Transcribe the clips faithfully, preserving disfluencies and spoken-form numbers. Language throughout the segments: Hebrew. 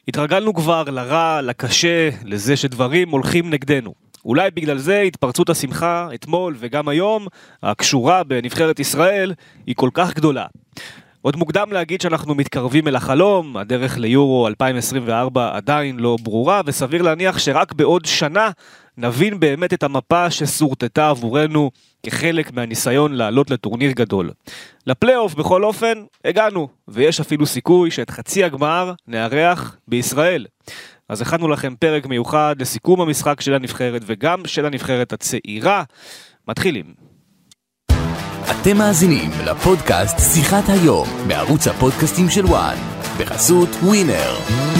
התרגלנו כבר לרע, לקשה, לזה שדברים הולכים נגדנו. אולי בגלל זה התפרצות השמחה אתמול וגם היום, הקשורה בנבחרת ישראל, היא כל כך גדולה. עוד מוקדם להגיד שאנחנו מתקרבים אל החלום, הדרך ליורו אלפיים עשרים וארבע עדיין לא ברורה, וסביר להניח שרק בעוד שנה נבין באמת את המפה שסורטטה עבורנו כחלק מהניסיון לעלות לטורניר גדול. לפלייאוף בכל אופן הגענו, ויש אפילו סיכוי שאת חצי הגמר נארח בישראל. אז הכנו לכם פרק מיוחד לסיכום המשחק של הנבחרת וגם של הנבחרת הצעירה. מתחילים. אתם מאזינים לפודקאסט שיחת היום בערוץ הפודקאסטים של וואן בחסות ווינר.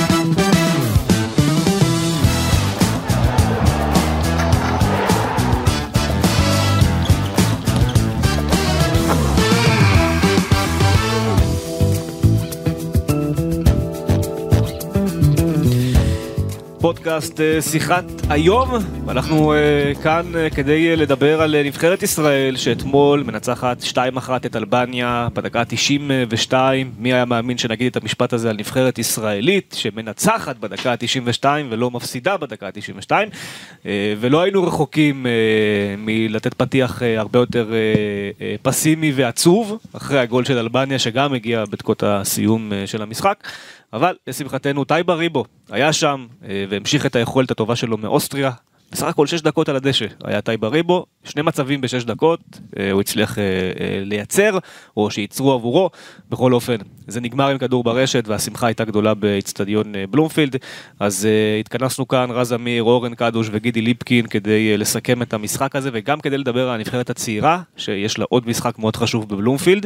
פודקאסט שיחת היום, ואנחנו uh, כאן uh, כדי לדבר על נבחרת ישראל שאתמול מנצחת שתיים אחת את אלבניה בדקה תשעים ושתיים. מי היה מאמין שנגיד את המשפט הזה על נבחרת ישראלית שמנצחת בדקה תשעים ושתיים ולא מפסידה בדקה תשעים ושתיים, uh, ולא היינו רחוקים uh, מלתת פתיח uh, הרבה יותר uh, uh, פסימי ועצוב אחרי הגול של אלבניה שגם הגיע בדקות הסיום uh, של המשחק. אבל לשמחתנו טייבה ריבו היה שם והמשיך את היכולת הטובה שלו מאוסטריה. בסך הכל שש דקות על הדשא היה טייבה ריבו, שני מצבים בשש דקות, הוא הצליח לייצר, או שייצרו עבורו. בכל אופן, זה נגמר עם כדור ברשת, והשמחה הייתה גדולה באצטדיון בלומפילד. אז התכנסנו כאן, רז אמיר, אורן קדוש וגידי ליפקין, כדי לסכם את המשחק הזה, וגם כדי לדבר על הנבחרת הצעירה, שיש לה עוד משחק מאוד חשוב בבלומפילד,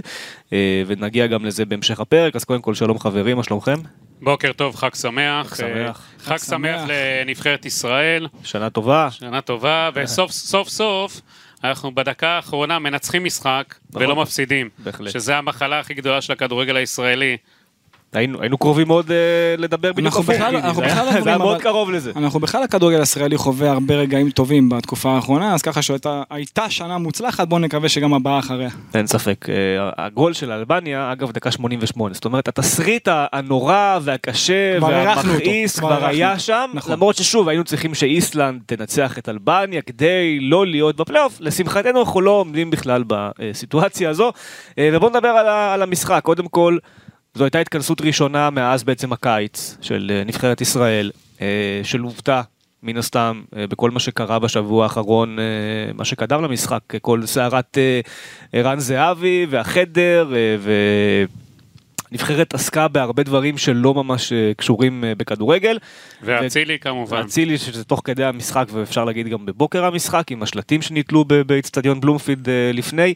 ונגיע גם לזה בהמשך הפרק. אז קודם כל, שלום חברים, מה שלומכם? בוקר טוב, חג שמח. חג שמח. חג שמח לנבחרת ישראל. שנה טובה. שנה טובה, וסוף סוף סוף אנחנו בדקה האחרונה מנצחים משחק ולא מפסידים. בהחלט. שזה המחלה הכי גדולה של הכדורגל הישראלי. היינו, היינו קרובים מאוד uh, לדבר בדיוק הפוך, זה היה מאוד קרוב לזה. אנחנו בכלל הכדורגל הישראלי חווה הרבה רגעים טובים בתקופה האחרונה, אז ככה שהייתה שנה מוצלחת, בואו נקווה שגם הבאה אחריה. אין ספק, הגול של אלבניה, אגב דקה שמונים ושמונה, זאת אומרת, התסריט הנורא והקשה והמכעיס כבר היה שם, למרות ששוב היינו צריכים שאיסלנד תנצח את אלבניה כדי לא להיות בפלייאוף, לשמחתנו אנחנו לא עומדים בכלל בסיטואציה הזו, ובואו נדבר על המשחק. קודם כל, זו הייתה התכנסות ראשונה מאז בעצם הקיץ של נבחרת ישראל, שלובתה מן הסתם בכל מה שקרה בשבוע האחרון, מה שקדם למשחק, כל סערת ערן זהבי והחדר, ונבחרת עסקה בהרבה דברים שלא ממש קשורים בכדורגל. והצילי כמובן. והצילי שזה תוך כדי המשחק, ואפשר להגיד גם בבוקר המשחק, עם השלטים שניתלו באצטדיון בלומפילד לפני,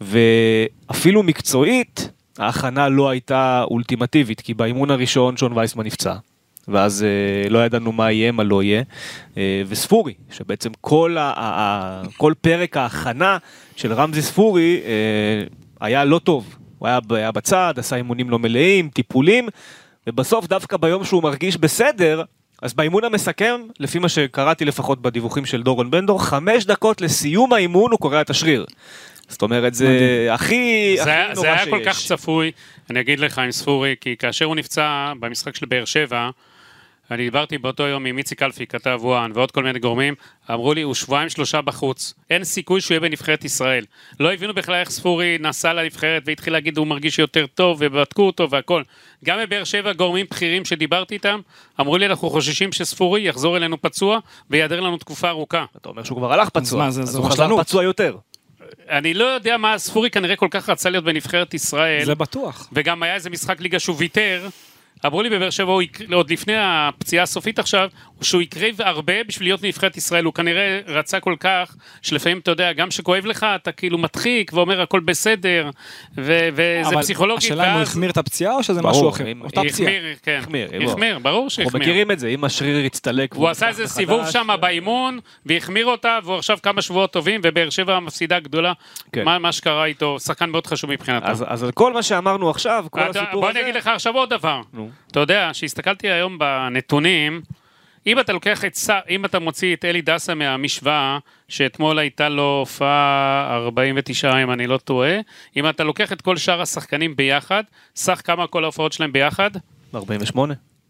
ואפילו מקצועית, ההכנה לא הייתה אולטימטיבית, כי באימון הראשון שון וייסמן נפצע, ואז אה, לא ידענו מה יהיה, מה לא יהיה, אה, וספורי, שבעצם כל, ה- ה- כל פרק ההכנה של רמזי ספורי אה, היה לא טוב, הוא היה, היה בצד, עשה אימונים לא מלאים, טיפולים, ובסוף דווקא ביום שהוא מרגיש בסדר, אז באימון המסכם, לפי מה שקראתי לפחות בדיווחים של דורון בנדור, חמש דקות לסיום האימון הוא קורא את השריר. זאת אומרת, זה הכי נורא שיש. זה היה כל כך צפוי, אני אגיד לך עם ספורי, כי כאשר הוא נפצע במשחק של באר שבע, אני דיברתי באותו יום עם מיצי קלפי, כתב וואן, ועוד כל מיני גורמים, אמרו לי, הוא שבועיים שלושה בחוץ, אין סיכוי שהוא יהיה בנבחרת ישראל. לא הבינו בכלל איך ספורי נסע לנבחרת, והתחיל להגיד, הוא מרגיש יותר טוב, ובדקו אותו והכל. גם בבאר שבע גורמים בכירים שדיברתי איתם, אמרו לי, אנחנו חוששים שספורי יחזור אלינו פצוע, ויעדר לנו תקופה ארוכה. אתה אומר שהוא כבר הלך פצוע, אז, אז הוא חזר פצוע יותר. אני לא יודע מה ספורי כנראה כל כך רצה להיות בנבחרת ישראל. זה בטוח. וגם היה איזה משחק ליגה שהוא ויתר, אמרו לי בבאר שבע, עוד לפני הפציעה הסופית עכשיו, שהוא יקרב הרבה בשביל להיות נבחרת ישראל, הוא כנראה רצה כל כך, שלפעמים אתה יודע, גם שכואב לך, אתה כאילו מדחיק ואומר הכל בסדר, וזה פסיכולוגי. השאלה אם הוא החמיר את הפציעה או שזה משהו אחר? אותה פציעה. החמיר, החמיר, ברור שהחמיר. אנחנו מכירים את זה, אם השריר יצטלק. הוא עשה איזה סיבוב שם באימון, והחמיר אותה, והוא עכשיו כמה שבועות טובים, ובאר שבע מפסידה גדולה, מה שקרה איתו, שחקן מאוד חשוב מבחינתה. אז על כל מה שאמרנו עכשיו, כל הסיפור הזה... בוא אני אגיד לך עכשיו עוד דבר. אתה יודע, שהסתכלתי היום בנתונים, אם אתה לוקח את, אם אתה מוציא את אלי דסה מהמשוואה, שאתמול הייתה לו הופעה ארבעים ותשע, אם אני לא טועה, אם אתה לוקח את כל שאר השחקנים ביחד, סך כמה כל ההופעות שלהם ביחד? ארבעים ושמונה.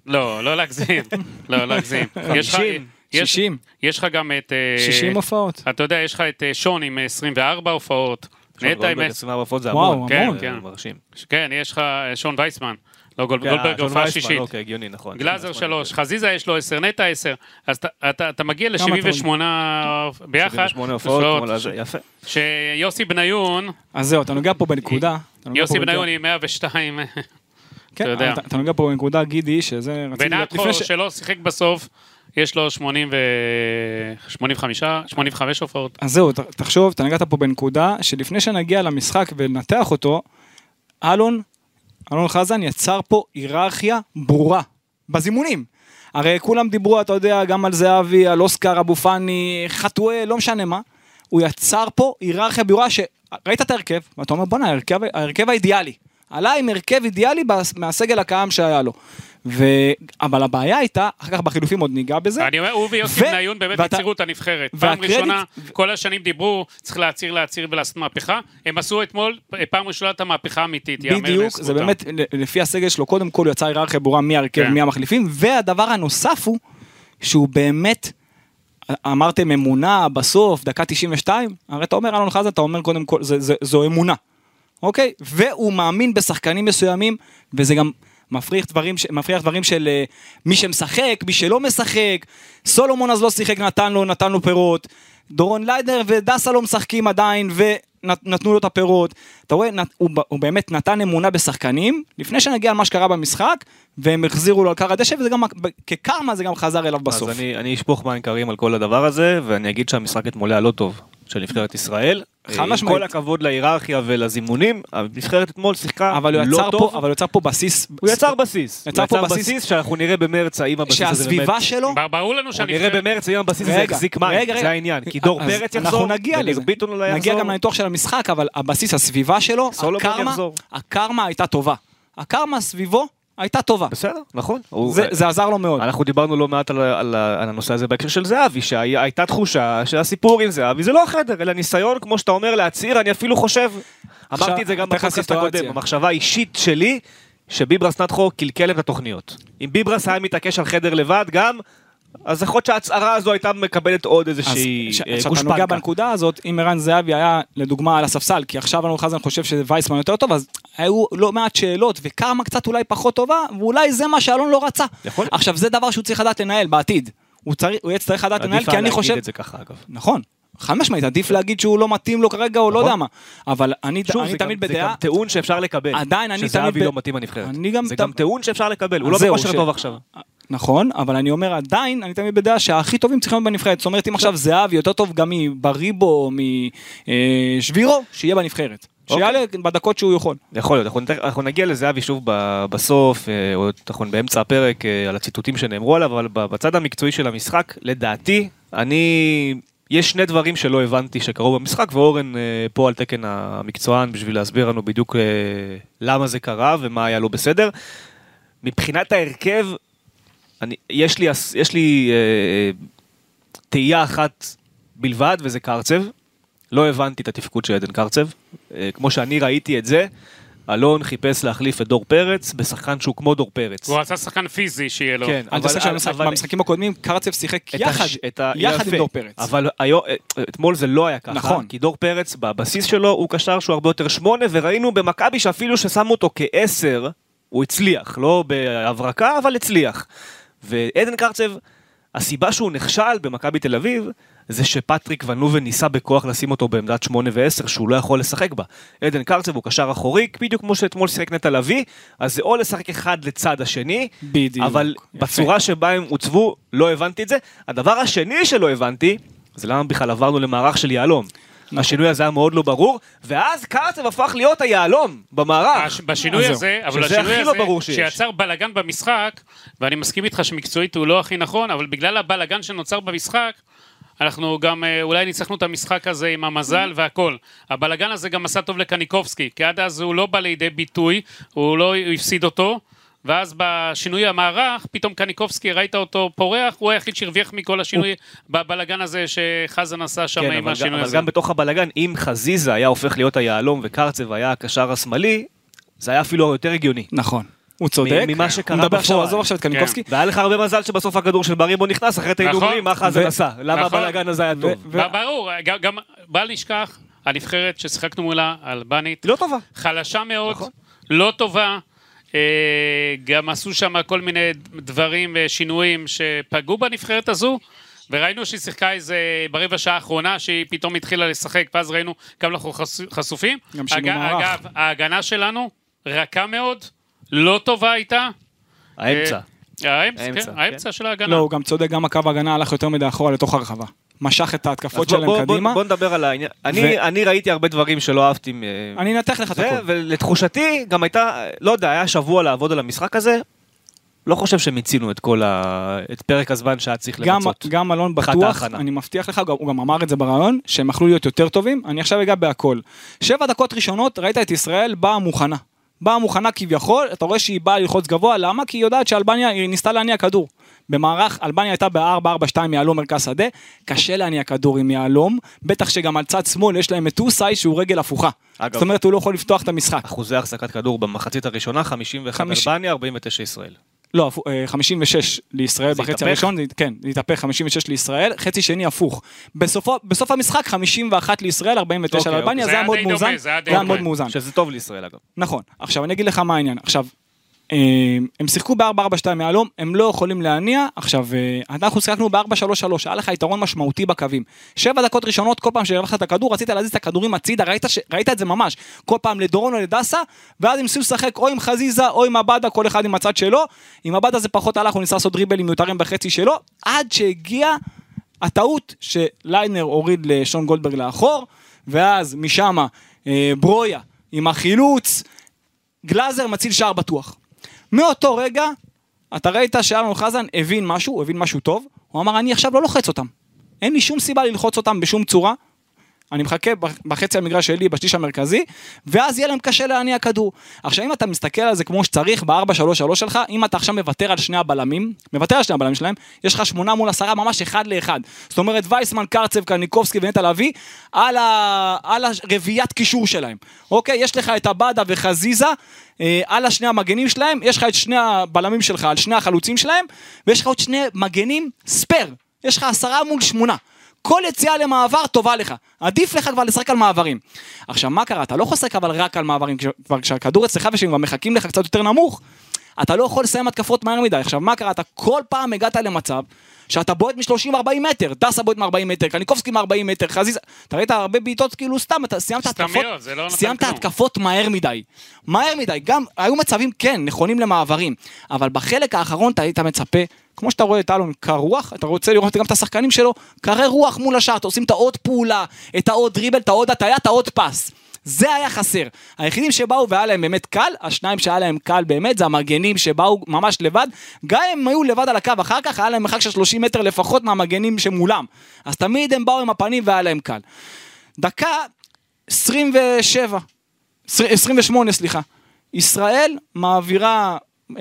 לא, לא להגזים. לא, להגזים. חמישים, שישים. יש לך גם את... שישים הופעות. אתה יודע, יש לך את שון עם עשרים וארבע הופעות. נטע עם עשרים וארבע הופעות זה וואו, המון. המון. כן, מרשים. כן, יש לך שון וייסמן. לא, כן, גולדברג שון הופעה וייסמן, שישית. אוקיי, הגיוני, נכון. גלאזר שלוש, חזיזה יש לו עשר, נטע עשר. אז אתה- אתה אתה מגיע כמה ל-שבעים אתה ושמונה ביחד. שבעים ושמונה הופעות, הופעות. וואלה, זה יפה. שיוסי בניון, אז זהו, אתה נוגע פה בנקודה. אתה נוגע יוסי פה בניון בנקודה- עם מאה ושתיים. כן, אתה יודע. אתה- אתה נוגע פה בנקודה, גידי, שזה... רציתי- ונתחו לפני ש- שלא שיחק בסוף, יש לו שמונים ו... שמונים וחמש, שמונים וחמש הופעות. אז זהו, ת- תחשוב, אתה נגעת פה בנקודה, שלפני שנגיע למשחק ונתח אותו, אלון, אלון חזן יצר פה היררכיה ברורה, בזימונים. הרי כולם דיברו, אתה יודע, גם על זהבי, על אוסקר, אבו פאני, חתואל, לא משנה מה. הוא יצר פה היררכיה ברורה, שראית את ההרכב, ואתה אומר, בוא נה, ההרכב, ההרכב האידיאלי. עלה עם הרכב אידיאלי מהסגל הקיים שהיה לו. ו... אבל הבעיה הייתה, אחר כך בחילופים עוד ניגע בזה. אני אומר, הוא ויוסי ו- בניון באמת ואתה- יצירו את הנבחרת. פעם והקרדיט- ראשונה, כל השנים דיברו, צריך להציר, להציר ולעשות מהפכה. הם עשו אתמול, פעם ראשונה את המהפכה האמיתית. ייאמר בדיוק, לזכותם. זה באמת, לפי הסגל שלו, קודם כל יצא היררכיה ברורה מי ההרכב, כן. מי המחליפים, והדבר הנוסף הוא, שהוא באמת, אמרתם אמונה בסוף, דקה תשעים ושתיים, הרי אתה אומר, אלון חזן, אתה אומר קודם כל, זה, זה, זו אמונה, אוקיי? והוא מאמין בשחקנים מסוימים, וזה גם מפריח דברים, ש- מפריח דברים של אה, מי שמשחק, מי שלא משחק, סולומון אז לא שיחק, נתן לו, נתן לו פירות, דורון ליידר ודסה לא משחקים עדיין, ונתנו לו את הפירות. אתה רואה, נת, הוא, הוא באמת נתן אמונה בשחקנים, לפני שנגיע על מה שקרה במשחק, והם החזירו לו על קר הדשא, וזה גם, כקרמה זה גם חזר אליו בסוף. אז אני, אני אשפוך מים קרים על כל הדבר הזה, ואני אגיד שהמשחק אתמול היה לא טוב של נבחרת ישראל. חד עם משמעית. כל הכבוד להיררכיה ולזימונים, הנבחרת אתמול שיחקה אבל הוא לא יצר טוב. פה, אבל הוא יצר פה בסיס. הוא יצר בסיס. יצר הוא פה יצר בסיס- בסיס שאנחנו נראה במרץ האם הבסיס הזה באמת... שהסביבה שלו, בר- ברור לנו אנחנו נראה שהנבחרת... במרץ האם הבסיס הזה רגע, יחזיק מים, רגע, זה רגע. העניין. כי דור אז פרץ אנחנו יחזור, נגיע וניר לזה. ביטון אולי נגיע יחזור. גם לניתוח של המשחק, אבל הבסיס, הסביבה שלו, סולומון הקרמה, יחזור. הקרמה הייתה טובה. הקרמה סביבו הייתה טובה. בסדר, נכון. הוא- זה, זה עזר לו מאוד. אנחנו דיברנו לא מעט על, על, על הנושא הזה בהקשר של זהבי, שהייתה תחושה שהסיפור עם זהבי זה לא החדר, אלא ניסיון, כמו שאתה אומר, להצעיר, אני אפילו חושב, עכשיו, אמרתי את זה גם אתן לך בפודקאסט סיטואציה. הקודם, המחשבה האישית שלי, שביברס נתחו קלקל את התוכניות. אם ביברס היה מתעקש על חדר לבד גם, אז יכול להיות שההצהרה הזו הייתה מקבלת עוד איזושהי אז אה, כשאתה גושפנקה. נוגע בנקודה הזאת, אם ערן זהבי היה לדוגמה על הספסל, כי עכשיו אלון חזן חושב שווייסמן יותר טוב, אז היו לא מעט שאלות, וקרמה קצת אולי פחות טובה, ואולי זה מה שאלון לא רצה. יכול. עכשיו זה דבר שהוא צריך לדעת לנהל בעתיד. הוא צריך, הוא יצטרך לדעת לנהל, עדיף כי אני להגיד חושב... את זה ככה אגב. נכון. חד משמעית, עדיף להגיד שהוא לא מתאים לו כרגע, או לא יודע מה. אבל אני שוב, אני זה תמיד גם- זה בדעה... גם טיעון שאפשר לקבל. עדיין אני תמיד שזהבי ב- לא מתאים בנבחרת. אני גם זה ת- גם טיעון שאפשר לקבל, הוא לא אז זהו, בכושר ש- טוב עכשיו. נכון, אבל אני אומר עדיין, אני תמיד בדעה שהכי טובים צריכים להיות בנבחרת. זאת אומרת, אם עכשיו זהבי יותר טוב גם מבריבו, משבירו, שיהיה בנבחרת. שיעלה בדקות שהוא יכול. יכול להיות, אנחנו, נתח- אנחנו נגיע לזהבי שוב ב- בסוף, אה, או אנחנו באמצע הפרק אה, על הציטוטים שנאמרו עליו, אבל ב- בצד המקצועי של המשחק, לדעתי, אני... יש שני דברים שלא הבנתי שקרו במשחק, ואורן אה, פה על תקן המקצוען בשביל להסביר לנו בדיוק אה, למה זה קרה ומה היה לא בסדר. מבחינת ההרכב, אני, יש לי, הס- יש לי אה, תהייה אחת בלבד, וזה קרצב. לא הבנתי את התפקוד של עדן קרצב. אה, כמו שאני ראיתי את זה, אלון חיפש להחליף את דור פרץ בשחקן שהוא כמו דור פרץ. הוא עשה שחקן פיזי שיהיה לו. כן, אל תעשה שבמשחקים הקודמים קרצב שיחק את יחד, הש- את ה- יחד יפה. עם דור פרץ. אבל היום, אתמול זה לא היה ככה, נכון. כי דור פרץ בבסיס שלו הוא קשר שהוא הרבה יותר שמונה, וראינו במכבי שאפילו ששמו אותו כעשר, הוא הצליח, לא בהברקה, אבל הצליח. ועדן קרצב, הסיבה שהוא נכשל במכבי תל אביב, זה שפטריק ון לובן ניסה בכוח לשים אותו בעמדת שמונה ועשר, שהוא לא יכול לשחק בה. עדן קרצב הוא קשר אחורי, בדיוק כמו שאתמול שיחק נטע לביא, אז זה או לשחק אחד לצד השני, בדיוק. אבל יפה. בצורה שבה הם הוצבו, לא הבנתי את זה. הדבר השני שלא הבנתי, זה למה בכלל עברנו למערך של יעלום. השינוי הזה היה מאוד לא ברור, ואז קרצב הפך להיות היעלום במערך. הש- בשינוי אז הזה, אבל שזה השינוי הכי לא הזה, ברור שיש. שיצר בלגן במשחק, ואני מסכים איתך שמקצועית הוא לא הכי נכון, אבל בגלל הבלגן שנוצר במשחק, אנחנו גם אה, אולי ניצחנו את המשחק הזה עם המזל והכל. הבלגן הזה גם עשה טוב לקניקובסקי, כי עד אז הוא לא בא לידי ביטוי, הוא לא הוא הפסיד אותו, ואז בשינוי המערך, פתאום קניקובסקי, ראית אותו פורח, הוא היחיד שהרוויח מכל השינוי בבלגן הזה שחזן עשה שם כן, עם אבל, השינוי אבל הזה. גם בתוך הבלגן, אם חזיזה היה הופך להיות היעלום וקרצב היה הקשר השמאלי, זה היה אפילו יותר הגיוני. נכון. הוא צודק, ממה שקרה הוא מדבר עכשיו, בפועל. עזוב עכשיו את קניקובסקי. והיה לך הרבה מזל שבסוף הכדור של בריבו נכנס, אחרת היינו אומרים מה חזן עשה, למה הבלגן הזה היה טוב. ברור, גם בל נשכח, הנבחרת ששיחקנו מולה, אלבנית, לא טובה. חלשה מאוד, לא טובה, גם עשו שם כל מיני דברים ושינויים שפגעו בנבחרת הזו, וראינו שהיא שיחקה איזה ברבע שעה האחרונה, שהיא פתאום התחילה לשחק, ואז ראינו כמה אנחנו חשופים. גם שינו מערך. אגב, ההגנה שלנו רכה מאוד, לא טובה הייתה. האמצע. האמצע, האמצע של ההגנה. לא, הוא גם צודק, גם הקו ההגנה הלך יותר מדי אחורה לתוך הרחבה. משך את ההתקפות שלהם קדימה. בוא נדבר על העניין. אני ראיתי הרבה דברים שלא אהבתי. אני אנתח לך את הכל. ולתחושתי גם הייתה, לא יודע, היה שבוע לעבוד על המשחק הזה, לא חושב שמיצינו את כל ה... את פרק הזמן שהיה צריך למצות. גם אלון בטוח, אני מבטיח לך, הוא גם אמר את זה ברעיון, שהם יכלו להיות יותר טובים, אני עכשיו אגע בהכל. שבע דקות ראשונות, ראית את ישראל באה מוכנה. באה מוכנה כביכול, אתה רואה שהיא באה ללחוץ גבוה, למה? כי היא יודעת שאלבניה, היא ניסתה להניע כדור. במערך, אלבניה הייתה ב-ארבע ארבע שתיים יעלום מרכז שדה, קשה להניע כדור עם יעלום, בטח שגם על צד שמאל יש להם את אוסאי שהוא רגל הפוכה. אגב, זאת אומרת, הוא לא יכול לפתוח את המשחק. אחוזי החזקת כדור במחצית הראשונה, חמישים ואחת אלבניה, ארבעים ותשע ישראל. לא, חמישים ושש לישראל בחצי הראשון, כן, להתהפך חמישים ושש לישראל, חצי שני הפוך. בסופו, בסוף המשחק חמישים ואחת לישראל, ארבעים ותשע לאלבניה, זה היה מאוד מאוזן, זה היה מאוד מאוזן. שזה טוב לישראל אגב. נכון, עכשיו אני אגיד לך מה העניין, עכשיו, הם שיחקו ב-ארבע ארבע שתיים מהלום, הם לא יכולים להניע, עכשיו, אנחנו שיחקנו ב-ארבע שלוש שלוש, היה לך יתרון משמעותי בקווים. שבע דקות ראשונות, כל פעם שהרווחת את הכדור, רצית להזיז את הכדורים הצידה, ראית, ש... ראית את זה ממש, כל פעם לדורון או לדסה, ואז הם ניסו לשחק או עם חזיזה או עם עבדה, כל אחד עם הצד שלו, עם עבדה זה פחות הלך, הוא ניסה לעשות דריבלים מיותרים בחצי שלו, עד שהגיע הטעות שליינר הוריד לשון גולדברג לאחור, ואז משם ברויה עם החילוץ, גלאזר מציל שער בטוח. מאותו רגע, אתה ראית שאלון חזן הבין משהו, הוא הבין משהו טוב, הוא אמר, אני עכשיו לא לוחץ אותם. אין לי שום סיבה ללחוץ אותם בשום צורה, אני מחכה בחצי המגרש שלי, בשליש המרכזי, ואז יהיה להם קשה להניע כדור. עכשיו, אם אתה מסתכל על זה כמו שצריך, ב-ארבע שלוש שלוש שלך, אם אתה עכשיו מוותר על שני הבלמים, מוותר על שני הבלמים שלהם, יש לך שמונה מול עשרה, ממש אחד לאחד. זאת אומרת, וייסמן, קרצב, קניקובסקי ונטע לביא, על, ה... על הרביית קישור שלהם. אוקיי? יש לך את עבדה וחזיזה, אה, על השני המגנים שלהם, יש לך את שני הבלמים שלך, על שני החלוצים שלהם, ויש לך עוד שני מגנים ספר. יש לך עשרה מול שמונה. כל יציאה למעבר טובה לך, עדיף לך כבר לשחק על מעברים. עכשיו מה קרה? אתה לא חוסק אבל רק על מעברים, כבר כשהכדור אצלך ושהם כבר מחכים לך קצת יותר נמוך, אתה לא יכול לסיים התקפות מהר מדי. עכשיו מה קרה? אתה כל פעם הגעת למצב שאתה בועט מ-שלושים ארבעים מטר, דסה בועט מ-ארבעים מטר, קניקובסקי מ-ארבעים מטר, חזיזה, אתה ראית הרבה בעיטות כאילו סתם, אתה סיימת התקפות, סיימת התקפות מהר מדי, מהר מדי, גם היו מצבים כן, נכונים למעברים, אבל בחלק האחרון אתה היית מצפה, כמו שאתה רואה את אלון כרוח, אתה רוצה לראות גם את השחקנים שלו, קרי רוח מול השער, אתה עושים את העוד פעולה, את העוד דריבל, את העוד הטיה, את העוד פס. זה היה חסר. היחידים שבאו והיה להם באמת קל, השניים שהיה להם קל באמת, זה המגנים שבאו ממש לבד, גם הם היו לבד על הקו, אחר כך היה להם מרחק של שלושים מטר לפחות מהמגנים שמולם. אז תמיד הם באו עם הפנים והיה להם קל. דקה עשרים ושבע, עשרים ושמונה סליחה. ישראל מעבירה, אה,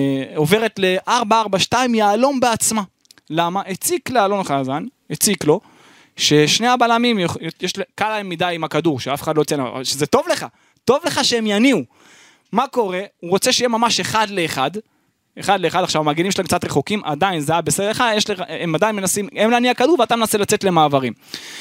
עוברת ל-ארבע ארבע שתיים יעלום בעצמה. למה? הציק לאלון חזן, הציק לו, ששני הבלמים, יש קל להם מדי עם הכדור, שאף אחד לא יוצא, שזה טוב לך, טוב לך שהם יניעו. מה קורה? הוא רוצה שיהיה ממש אחד לאחד, אחד לאחד, עכשיו המגנים שלהם קצת רחוקים, עדיין זה היה בסדר לך, הם עדיין מנסים, הם להניע כדור ואתה מנסה לצאת למעברים.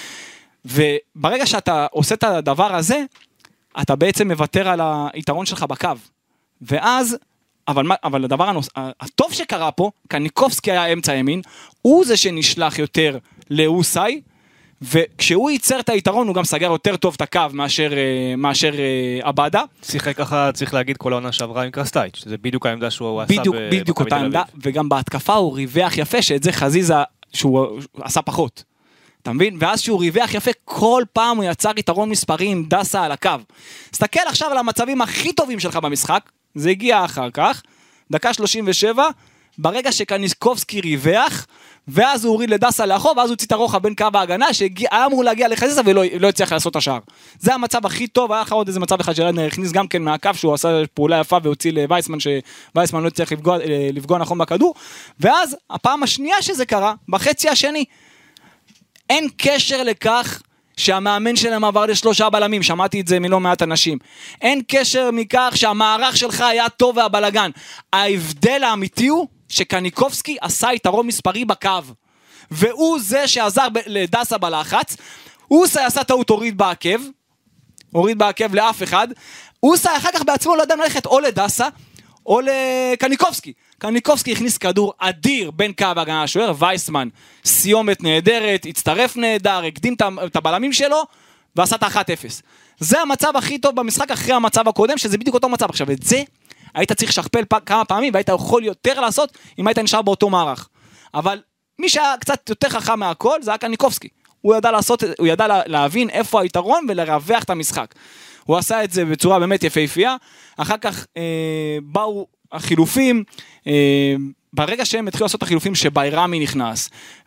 וברגע שאתה עושה את הדבר הזה, אתה בעצם מוותר על היתרון שלך בקו. ואז, אבל, אבל הדבר הנוס, הטוב שקרה פה, קניקובסקי היה אמצע ימין, הוא זה שנשלח יותר לאוסאי, וכשהוא ייצר את היתרון, הוא גם סגר יותר טוב את הקו מאשר, מאשר עבדה. שיחק ככה, צריך להגיד, כל העונה שעברה עם קרסטייץ', זה בדיוק העמדה שהוא בדיוק, עשה בדיוק אותה עמדה, וגם בהתקפה הוא ריווח יפה, שאת זה חזיזה, שהוא עשה פחות. אתה מבין? ואז שהוא ריווח יפה, כל פעם הוא יצר יתרון מספרי עם דסה על הקו. תסתכל עכשיו על המצבים הכי טובים שלך במשחק, זה הגיע אחר כך, דקה שלושים ושבע, ברגע שקניקובסקי ריווח, ואז הוא הוריד לדסה לאחור, ואז הוא הוציא את הרוחב בין קו ההגנה, שהיה אמור להגיע לחזיזה ולא לא הצליח לעשות את השער. זה המצב הכי טוב, היה לך עוד איזה מצב אחד שלדנר הכניס גם כן מהקו, שהוא עשה פעולה יפה והוציא לווייסמן, שווייסמן לא הצליח לפגוע, לפגוע נכון בכדור, ואז הפעם השנייה שזה קרה, בחצי השני, אין קשר לכך שהמאמן שלהם עבר לשלושה בלמים, שמעתי את זה מלא מעט אנשים. אין קשר מכך שהמערך שלך היה טוב והבלגן. ההבדל האמיתי הוא שקניקובסקי עשה יתרון מספרי בקו. והוא זה שעזר ב- לדסה בלחץ. אוסה עשה טעות, הוריד בעקב. הוריד בעקב לאף אחד. אוסה אחר כך בעצמו לא ידע ללכת או לדסה או לקניקובסקי. קניקובסקי הכניס כדור אדיר בין קו ההגנה לשוער, וייסמן סיומת נהדרת, הצטרף נהדר, הקדים את הבלמים שלו, ועשה את ה-אחת אפס. זה המצב הכי טוב במשחק אחרי המצב הקודם, שזה בדיוק אותו מצב. עכשיו, את זה היית צריך לשכפל כמה פעמים, והיית יכול יותר לעשות, אם היית נשאר באותו מערך. אבל מי שהיה קצת יותר חכם מהכל, זה היה קניקובסקי. הוא ידע לעשות, הוא ידע להבין איפה היתרון ולרווח את המשחק. הוא עשה את זה בצורה באמת יפהפייה. אחר כך אה, באו החילופים, אה, ברגע שהם התחילו לעשות את החילופים שביירמי נכנס,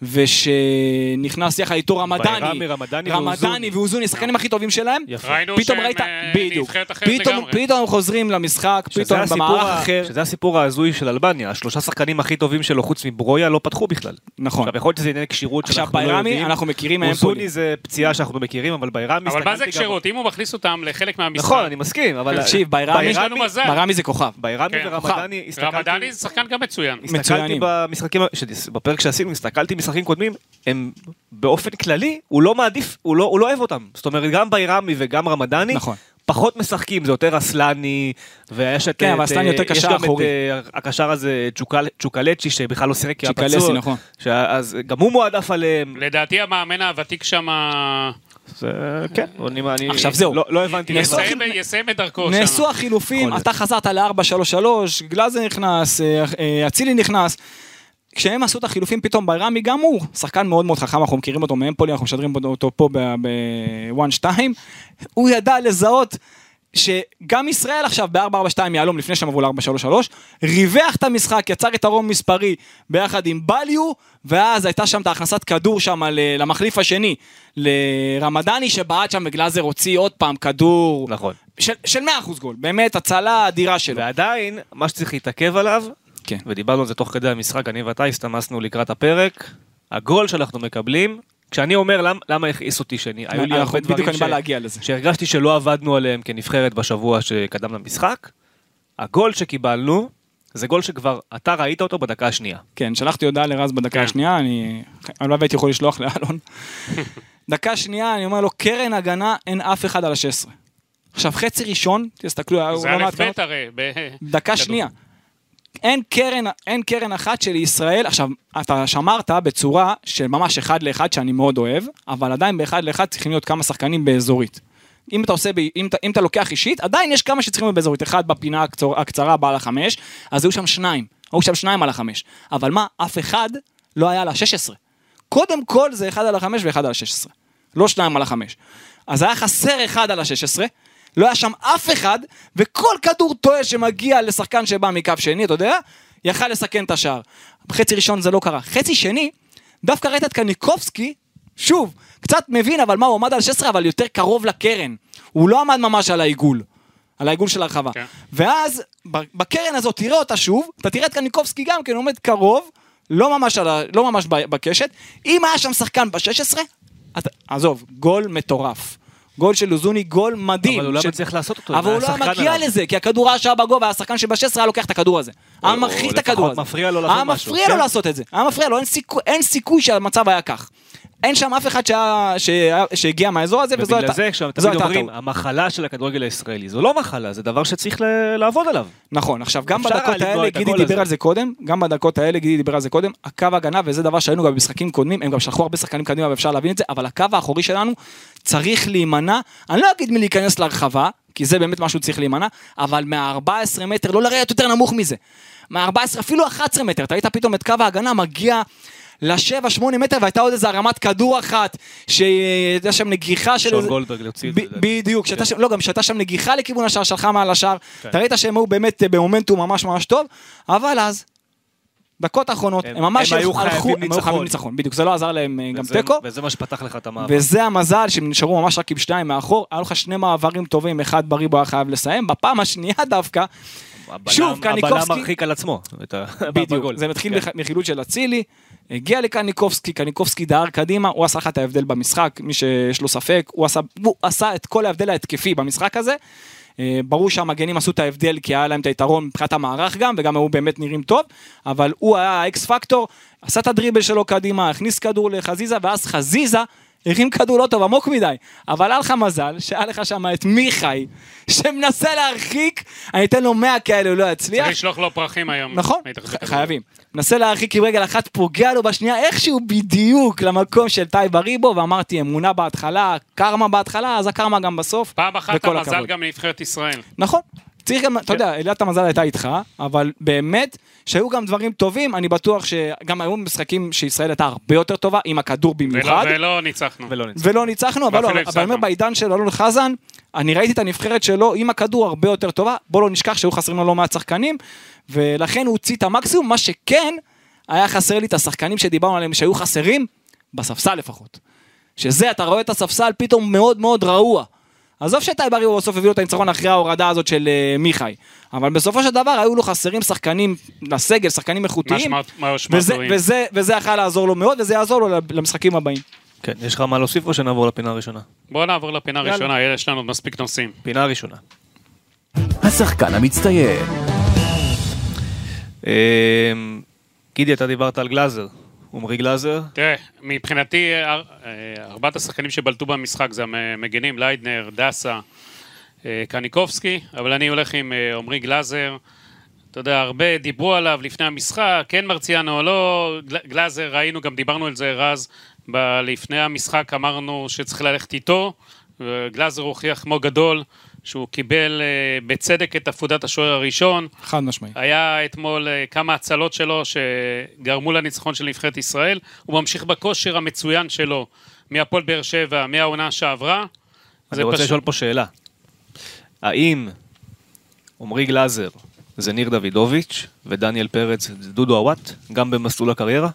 ושנכנס יחד איתו רמדני, ביירמי, רמדני, רמדני ואוזוני, השחקנים הכי טובים שלהם, ראינו פתאום שהם ראית, אה, בדיוק, נבחרת אחרת פתאום, לגמרי. פתאום הם חוזרים למשחק, פתאום הם במערך אחר. שזה הסיפור ההזוי של אלבניה, השלושה שחקנים הכי טובים שלו חוץ מברויה לא פתחו בכלל. נכון. עכשיו יכול להיות שזה עניין קשירות עכשיו שאנחנו לא ביירמי, יודעים. אנחנו מכירים מהם אוזוני זה פציעה שאנחנו מכירים, אבל ביירמי... אבל מה זה הסתכלתי גם- קשירות? אם הוא מכניס אותם לחלק מהמשחק. נכון, אני מסכים, אבל... תקשיב, ביירמי, יש לנו מזל. ביירמי זה כוכב. ביירמי כן, ורמדני, הסתכלתי... רמדני זה שחקן גם מצוין. הסתכלתי מצוינים. במשחקים, בפרק שעשינו, הסתכלתי משחקים קודמים, הם באופן כללי, הוא לא מעדיף, הוא לא, הוא לא אוהב אותם. זאת אומרת, גם ביירמי וגם רמדני, נכון. פחות משחקים, זה יותר אסלני, ויש את... כן, אבל את- אסלני יותר יש קשר גם את אחורי. אה, הקשר הזה, צ'וקל- צ'וקלצ'י, שבכלל לא שיחק כי היה צ'יקלסי, פצוע. נכון. אז גם הוא מועדף עליהם. לדעתי המאמן הוותיק שם זה, כן, אני, אני, עכשיו זהו. לא, לא הבנתי. נעשו למה. יסיים- יסיים את דרכו שם. נעשו החילופים, יכול אתה חזרת ל-ארבע שלוש שלוש, גלאזר נכנס, אה, אה, אצילי נכנס. כשהם עשו את החילופים פתאום ביירמי, גם הוא שחקן מאוד מאוד חכם, אנחנו מכירים אותו מאמפולי, אנחנו משדרים אותו פה ב-אחת שתיים, הוא ידע לזהות שגם ישראל עכשיו ב-ארבע ארבע שתיים יעלום לפני שהם עברו ל-ארבע שלוש שלוש, ריווח את המשחק, יצר יתרון מספרי ביחד עם בליו, ואז הייתה שם את הכנסת כדור שם למחליף השני, לרמדני שבעט שם וגלאזר הוציא עוד פעם כדור נכון. של, של מאה אחוז גול, באמת הצלה אדירה שלו. ועדיין, מה שצריך להתעכב עליו, כן. ודיברנו על זה תוך כדי המשחק, אני ואתה הסתמסנו לקראת הפרק, הגול שאנחנו מקבלים, כשאני אומר למ, למה הכעיס אותי שני, היו לי הרבה בדיוק דברים אני בא להגיע לזה. שהרגשתי שלא עבדנו עליהם כנבחרת בשבוע שקדם למשחק, הגול שקיבלנו, זה גול שכבר אתה ראית אותו בדקה השנייה. כן, שלחתי הודעה לרז בדקה כן. השנייה, אני לא הייתי יכול לשלוח לאלון. דקה שנייה, אני אומר לו, קרן הגנה, אין אף אחד על ה-שש עשרה. עכשיו, חצי ראשון, תסתכלו, זה לא א' מעט ב' קרנות, הרי. ב- דקה שנייה. אין קרן, אין קרן אחת של ישראל, עכשיו, אתה שמרת בצורה של ממש אחד לאחד שאני מאוד אוהב, אבל עדיין באחד לאחד צריכים להיות כמה שחקנים באזורית. אם אתה עושה, ב- אם, אתה- אם אתה לוקח אישית, עדיין יש כמה שצריכים להיות באזורית, אחד בפינה הקצור, הקצרה בעל החמש, אז היו שם שניים, היו שם שניים על החמש, אבל מה, אף אחד לא היה על ה-שש עשרה. קודם כל זה אחד על החמש ואחד על ה-שש עשרה, לא שניים על החמש. אז היה חסר אחד על ה-שש עשרה, לא היה שם אף אחד, וכל כדור טועה שמגיע לשחקן שבא מקו שני, אתה יודע, יכל לסכן את השער. בחצי ראשון זה לא קרה. חצי שני, דווקא ראית את קניקובסקי, שוב, קצת מבין, אבל מה, הוא עמד על שש עשרה, אבל יותר קרוב לקרן. הוא לא עמד ממש על העיגול, על העיגול של הרחבה. כן. ואז, בקרן הזאת, תראה אותה שוב, אתה תראה את קניקובסקי גם, כי הוא עומד קרוב, לא ממש, על ה, לא ממש בקשת. אם היה שם שחקן ב-שש עשרה, אתה, עזוב, גול מטורף. גול של אוזוני, גול מדהים. אבל הוא לא ש... מצליח לעשות אותו. אבל הוא לא מגיע לזה, כי הכדור היה שעה בגובה, השחקן שב-שש עשרה היה לוקח את הכדור הזה. היה מרחיק את הכדור הזה. מפריע לו לעשות היה משהו. מפריע לו כן? לעשות את זה. היה מפריע לו, אין סיכוי, אין סיכוי שהמצב היה כך. אין שם אף אחד שהיה, שהיה, שהגיע מהאזור הזה, וזו הייתה, ובגלל זה, כשאתם זו תמיד הייתה אומרים, הטעות. המחלה של הכדורגל הישראלי, זו לא מחלה, זה דבר שצריך ל- לעבוד עליו. נכון, עכשיו גם אפשר בדקות למנוע האלה, את גידי הגול דיבר הזה. על זה קודם, גם בדקות האלה גידי דיבר על זה קודם, הקו הגנה, וזה דבר שהיינו גם במשחקים קודמים, הם גם שלחו הרבה שחקנים קדימה ואפשר להבין את זה, אבל הקו האחורי שלנו צריך להימנע, אני לא אגיד מלהיכנס לרחבה, כי זה באמת משהו צריך להימנע, אבל מה-ארבע עשרה מטר, לא לרדת יותר נמוך מזה, מה-ארבע עשרה, אפילו אחת עשרה מטר, אתה ראית פתאום את קו ההגנה מגיע לשבע, שמונה מטר, והייתה עוד איזה הרמת כדור אחת, שהייתה שם נגיחה של... שון איזה- גולדברג להוציא את ב- זה. בדיוק, שהייתה שם, לא, גם שהייתה שם נגיחה לכיוון השער, שלחה מעל השער, כן. אתה ראית שהם היו באמת במומנטום ממש ממש טוב, אבל אז, דקות האחרונות, הם- הם ממש הם היו הלכו- חייבים הם היו ניצחון. חייבים ניצחון, בדיוק, זה לא עזר להם אה, גם וזה- תיקו, וזה מה שפתח לך את המעבר. וזה המזל שהם נשארו ממש רק עם שניים מאחור, היה לך שני מעברים טובים, אחד בריבו היה חייב לסיים, בפעם השנייה דווקא, שוב, קניקובסקי... הבלם מרחיק על עצמו. בדיוק, זה מתחיל מחילוץ של אצילי, הגיע לקניקובסקי, קניקובסקי דהר קדימה, הוא עשה לך את ההבדל במשחק, מי שיש לו ספק, הוא עשה, הוא עשה את כל ההבדל ההתקפי במשחק הזה, ברור שהמגנים עשו את ההבדל, כי היה להם את היתרון מבחינת המערך גם, וגם הוא באמת נראים טוב, אבל הוא היה האקס פקטור, עשה את הדריבל שלו קדימה, הכניס כדור לחזיזה, ואז חזיזה, הרים כדור לא טוב, עמוק מדי, אבל היה לך מזל, שהיה לך שם את מיכאי, שמנסה להרחיק, אני אתן לו מאה כאלה, הוא לא יצליח. צריך לשלוח לו פרחים היום. נכון, חייבים. מנסה להרחיק עם רגל אחת, פוגע לו בשנייה, איכשהו בדיוק למקום של טייב אריבו, ואמרתי, אמונה בהתחלה, קרמה בהתחלה, אז הקרמה גם בסוף. פעם אחת המזל גם לנבחרת ישראל. נכון. צריך גם, אתה יודע, אלילת המזל הייתה איתך, אבל באמת, שהיו גם דברים טובים, אני בטוח שגם היו משחקים שישראל הייתה הרבה יותר טובה, עם הכדור במיוחד. ולא ניצחנו. ולא ניצחנו, אבל אני אומר, בעידן של אלון חזן, אני ראיתי את הנבחרת שלו עם הכדור הרבה יותר טובה, בוא לא נשכח שהיו חסרים לו לא מעט שחקנים, ולכן הוא הוציא את המקסימום, מה שכן, היה חסר לי את השחקנים שדיברנו עליהם, שהיו חסרים, בספסל לפחות. שזה, אתה רואה את הספסל פתאום מאוד מאוד רעוע. עזוב שטייב אריבו בסוף הביא לו את הניצחון אחרי ההורדה הזאת של uh, מיכאי, אבל בסופו של דבר היו לו חסרים שחקנים לסגל, שחקנים איכותיים, וזה, וזה, וזה יכול לעזור לו מאוד, וזה יעזור לו למשחקים הבאים. כן, יש לך מה להוסיף או שנעבור לפינה הראשונה? בואו נעבור לפינה הראשונה, יש לנו מספיק נושאים. פינה הראשונה. השחקן המצטיין. גידי, אתה דיברת על גלאזר. עומרי גלאזר? תראה, מבחינתי, ארבעת השחקנים שבלטו במשחק זה המגנים, ליידנר, דסה, קניקובסקי, אבל אני הולך עם עומרי גלאזר. אתה יודע, הרבה דיברו עליו לפני המשחק, כן מרציאנו או לא, גלאזר, ראינו, גם דיברנו על זה, רז, לפני המשחק אמרנו שצריך ללכת איתו, גלאזר הוכיח כמו גדול, שהוא קיבל uh, בצדק את עפודת השוער הראשון. חד משמעי. היה אתמול uh, כמה הצלות שלו שגרמו לניצחון של נבחרת ישראל. הוא ממשיך בכושר המצוין שלו מהפועל באר שבע, מהעונה שעברה. אני רוצה לשאול פה שאלה. האם עומרי גלאזר זה ניר דוידוביץ' ודניאל פרץ זה דודו אוואט, גם במסלול הקריירה?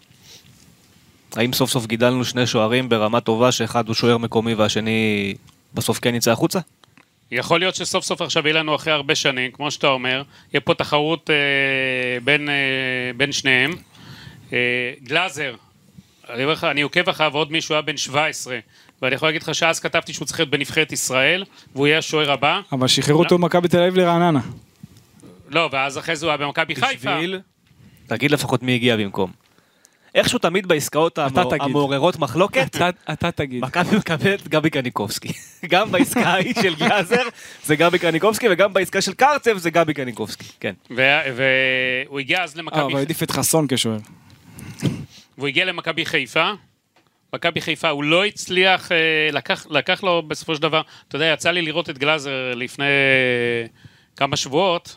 האם סוף סוף גידלנו שני שוערים ברמה טובה, שאחד הוא שוער מקומי והשני בסוף כן יצא החוצה? יכול להיות שסוף סוף עכשיו יהיה לנו אחרי הרבה שנים, כמו שאתה אומר, יהיה פה תחרות אה, בין, אה, בין שניהם. אה, גלאזר, אני, לך, אני עוקב אחריו, ועוד מישהו היה בן שבע עשרה, ואני יכול להגיד לך שאז כתבתי שהוא צריך להיות בנבחרת ישראל, והוא יהיה השוער הבא. אבל שחררו אותו במכבי תל אביב לרעננה. לא, ואז אחרי זה הוא היה במכבי חיפה. בשביל, תגיד לפחות מי הגיע במקום. איכשהו תמיד בעסקאות המעוררות מחלוקת, אתה תגיד. מכבי מקבלת גבי קניקובסקי. גם בעסקה ההיא של גלאזר זה גבי קניקובסקי, וגם בעסקה של קרצב זה גבי קניקובסקי. כן. והוא הגיע אז למכבי... אבל העדיף את חסון כשוער. והוא הגיע למכבי חיפה. מכבי חיפה הוא לא הצליח, לקח, לקח לו בסופו של דבר, אתה יודע, יצא לי לראות את גלאזר לפני כמה שבועות,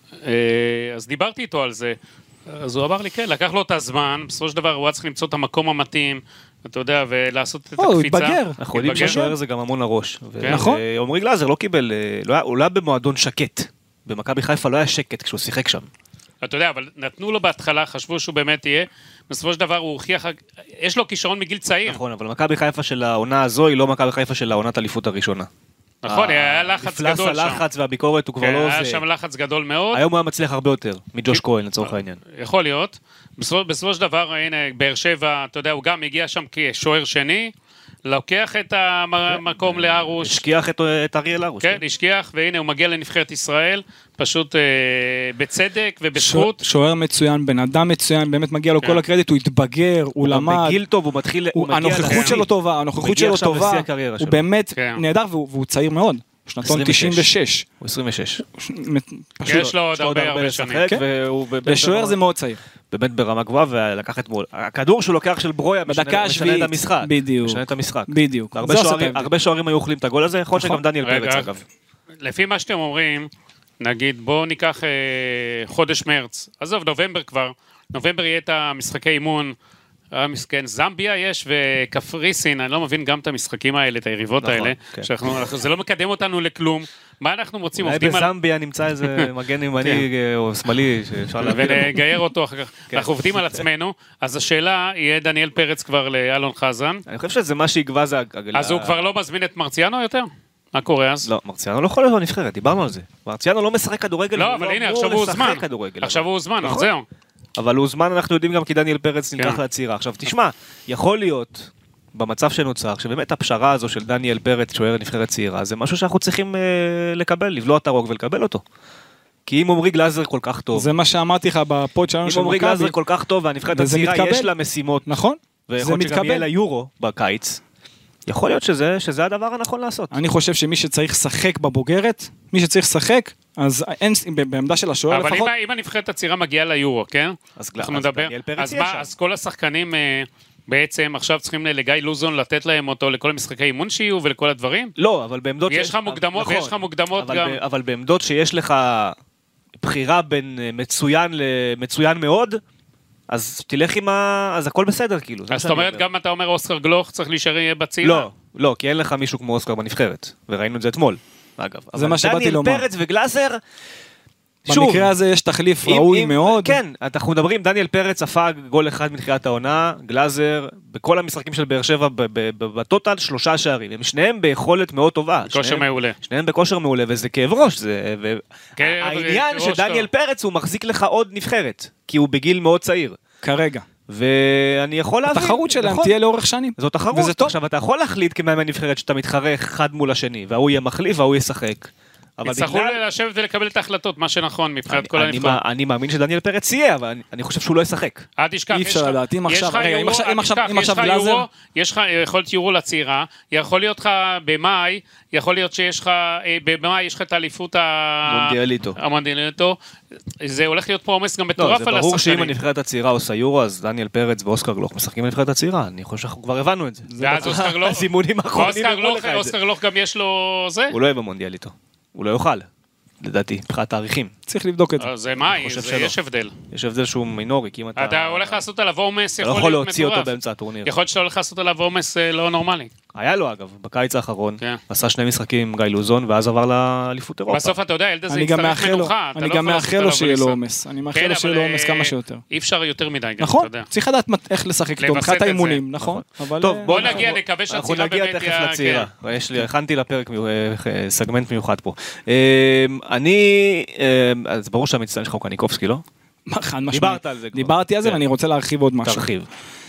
אז דיברתי איתו על זה. אז הוא אמר לי, כן, לקח לו את הזמן, בסופו של דבר הוא היה צריך למצוא את המקום המתאים, אתה יודע, ולעשות את הקפיצה. הוא התבגר. אנחנו יודעים ששוער זה גם המון הראש. נכון. עומרי גלאזר לא קיבל, הוא לא היה במועדון שקט. במכבי חיפה לא היה שקט כשהוא שיחק שם. אתה יודע, אבל נתנו לו בהתחלה, חשבו שהוא באמת יהיה, בסופו של דבר הוא הוכיח, יש לו כישרון מגיל צעיר. נכון, אבל מכבי חיפה של העונה הזו היא לא מכבי חיפה של העונת אליפות הראשונה. נכון, היה לחץ גדול שם. מפלס הלחץ והביקורת הוא כבר לא עושה. היה שם לחץ גדול מאוד. היום הוא היה מצליח הרבה יותר, מג'וש כהן לצורך העניין. יכול להיות. בסופו של דבר, הנה, באר שבע, אתה יודע, הוא גם הגיע שם כשוער שני, לוקח את המקום לארוש. השכיח את אריאל ארוש. כן, השכיח, והנה הוא מגיע לנבחרת ישראל, פשוט בצדק ובזכות. שוער מצוין, בן אדם מצוין, באמת מגיע לו כל הקרדיט, הוא התבגר, הוא למד. בגיל טוב, הוא מתחיל... הנוכחות שלו טובה, הנוכחות שלו טובה, הוא באמת נהדר, והוא צעיר מאוד. שנתון תשעים ושש. הוא עשרים ושש. יש לו עוד הרבה הרבה שנים. ושוער זה מאוד צעיר. באמת ברמה גבוהה, ולקח את מול. הכדור שהוא לוקח של ברויה משנה את המשחק. בדיוק. משנה את המשחק. בדיוק. הרבה שוערים היו אוכלים את הגול הזה, יכול שגם דניאל פרץ אגב. לפי מה שאתם אומרים, נגיד בואו ניקח חודש מרץ, עזוב, נובמבר כבר, נובמבר יהיה את המשחקי אימון, המסכן, זמביה יש וקפריסין, אני לא מבין גם את המשחקים האלה, את היריבות האלה, זה לא מקדם אותנו לכלום, מה אנחנו מוצאים? אולי בזמביה נמצא איזה מגן ימני או שמאלי שאפשר להביא לנו. ונגייר אותו אחר כך, אנחנו עובדים על עצמנו, אז השאלה יהיה דניאל פרץ כבר לאלון חזן. אני חושב שזה מה שיגבה זה הגלילה. אז הוא כבר לא מזמין את מרציאנו יותר? מה קורה אז? לא, מרציאנו לא יכול להיות בנבחרת, דיברנו על זה. מרציאנו לא משחק כדורגל, לא, הוא אבל לא הנה, אמור עכשיו הוא לשחק זמן. כדורגל, עכשיו אבל- הוא זמן, אז נכון. זהו. אבל הוא זמן, אנחנו יודעים גם כי דניאל פרץ נלקח כן. לצעירה. עכשיו תשמע, יכול להיות במצב שנוצר, שבאמת הפשרה הזו של דניאל פרץ שוער נבחרת צעירה, זה משהו שאנחנו צריכים אה, לקבל, לבלוע את הרוק ולקבל אותו. כי אם עמרי גלאזר כל כך טוב, זה מה שאמרתי לך בפוד שלנו אם של עמרי מכבי. גלאזר כל כך טוב והנבחרת וזה הצעירה מתקבל. יש לה משימות, נכון, זה ויכול להיות שגם יהיה מתקבל. לה יורו בקיץ, יכול להיות שזה, שזה הדבר הנכון לעשות. אני חושב שמי שצריך לשחק בבוגרת, מי שצריך לשחק, אז אין, בעמדה של השוער אבל לפחות. אם, אם הנבחרת הצעירה מגיעה ליורו, כן? אז אנחנו אז נדבר. דניאל פרץ אז, יהיה מה, שם. אז כל השחקנים אה, בעצם עכשיו צריכים לגיא לוזון לתת להם אותו לכל המשחקי אימון שיהיו ולכל הדברים? לא, אבל בעמדות... יש שיש- לך מוקדמות, נכון, ויש לך מוקדמות אבל גם. ב- אבל בעמדות שיש לך בחירה בין אה, מצוין למצוין מאוד, אז תלך עם ה... אז הכל בסדר, כאילו. זה מה אז זאת שאני אומרת, אומר. גם אתה אומר אוסקר גלוך צריך להישאר בצעירה? לא, לא, כי אין לך מישהו כמו אוסקר בנבחרת, וראינו את זה אתמול, אגב. זה מה שבאתי לומר. דניאל פרץ וגלאזר, שוב, במקרה הזה יש תחליף אם- ראוי אם- מאוד. כן, אנחנו מדברים, דניאל פרץ ספג גול אחד מתחילת העונה, גלאזר, בכל המשחקים של באר שבע, ב- ב- ב- בטוטל שלושה שערים, הם שניהם ביכולת מאוד טובה. כושר שניהם- מעולה. שניהם בכושר מעולה, וזה כאב ראש. זה, ו... כאב העניין ראש שדניאל טוב. פרץ הוא מחזיק לך עוד נבחרת, כי הוא בגיל מאוד צעיר. כרגע. ואני יכול להבין. התחרות שלהם נכון. תהיה לאורך שנים. זו תחרות. וזה טוב. עכשיו, אתה יכול להחליט כמאמן נבחרת שאתה מתחרה אחד מול השני, והוא יהיה מחליף והוא ישחק. אבל יצטרכו בגלל... לשבת ולקבל את ההחלטות, מה שנכון מבחינת כל אני, הנבחרות. אני, אני מאמין שדניאל פרץ יהיה, אבל אני, אני חושב שהוא לא ישחק. אל תשכח, אי יש אפשר לך- לדעת, אם יש עכשיו- לך רגע, אם יורו, עכשיו- אל אם עכשיו- תשכח, אם יש עכשיו לך גלאזר- יורו, יש לך יכול להיות יורו לצעירה, יכול להיות לך במאי, יכול להיות שיש לך, אה, במאי יש לך את האליפות ה- מונדיאליטו. המונדיאליטו, זה הולך להיות פה עומס גם לא, מטורף זה על ברור שאם השחקנים. הנבחרת הצעירה עושה יורו, אז דניאל פרץ ואוסקר גלוך משחקים בנבחרת הצעירה. אני חושב שאנחנו כבר הבנו את זה. ואז אוסקר גלוך, הזימונים האחרונים אוסקר הראו גלוך- לך את זה. אוסקר גלוך גם יש לו זה? הוא לא יהיה במונדיאליטו. הוא לא יוכל, לדעתי, מבחינת תאריכים. צריך לבדוק את זה. אז זה מאי, חושב זה- שלא. יש הבדל. יש הבדל שהוא מינורי, כי אם אתה... אתה הולך לעשות עליו עומס, אתה לא יכול יכול להיות להוציא אותו מטורף. באמצע הטורניר. יכול להיות שאתה הולך לעשות עליו עומס אה, לא נורמלי. היה לו אגב, בקיץ האחרון, כן. עשה שני משחקים עם גיא לוזון, ואז עבר לאליפות אירופה. בסוף אתה יודע, הילד הזה אני גם יצטרך מאחל לו, מנוחה. אתה אני לא גם יכול לעשות מאחל לו עליו שיהיה לו ולנסוע. עומס. אני מאחל כן, לו שיהיה אבל, לו עומס אה, כמה שיותר. אי אפשר יותר מדי גם, אתה נכון, יודע. צריך לדעת מת- איך לשחק איתו, לווסת מבחינת את זה. האימונים, נכון. אבל, טוב, אה, בוא אנחנו- נגיע, נקווה אנחנו שהצעירה נגיע באמת תכף יהיה- לצעירה. יש לי, הכנתי לפרק, מיו- אה, סגמנט מיוחד פה. אה, אני, אה, אז ברור שהמצטיין שלך הוא קניקובסקי, לא? מה, חד משמעית. דיברת על זה כבר. דיברתי על זה כן. ואני רוצה להרחיב עוד משהו. תרחיב.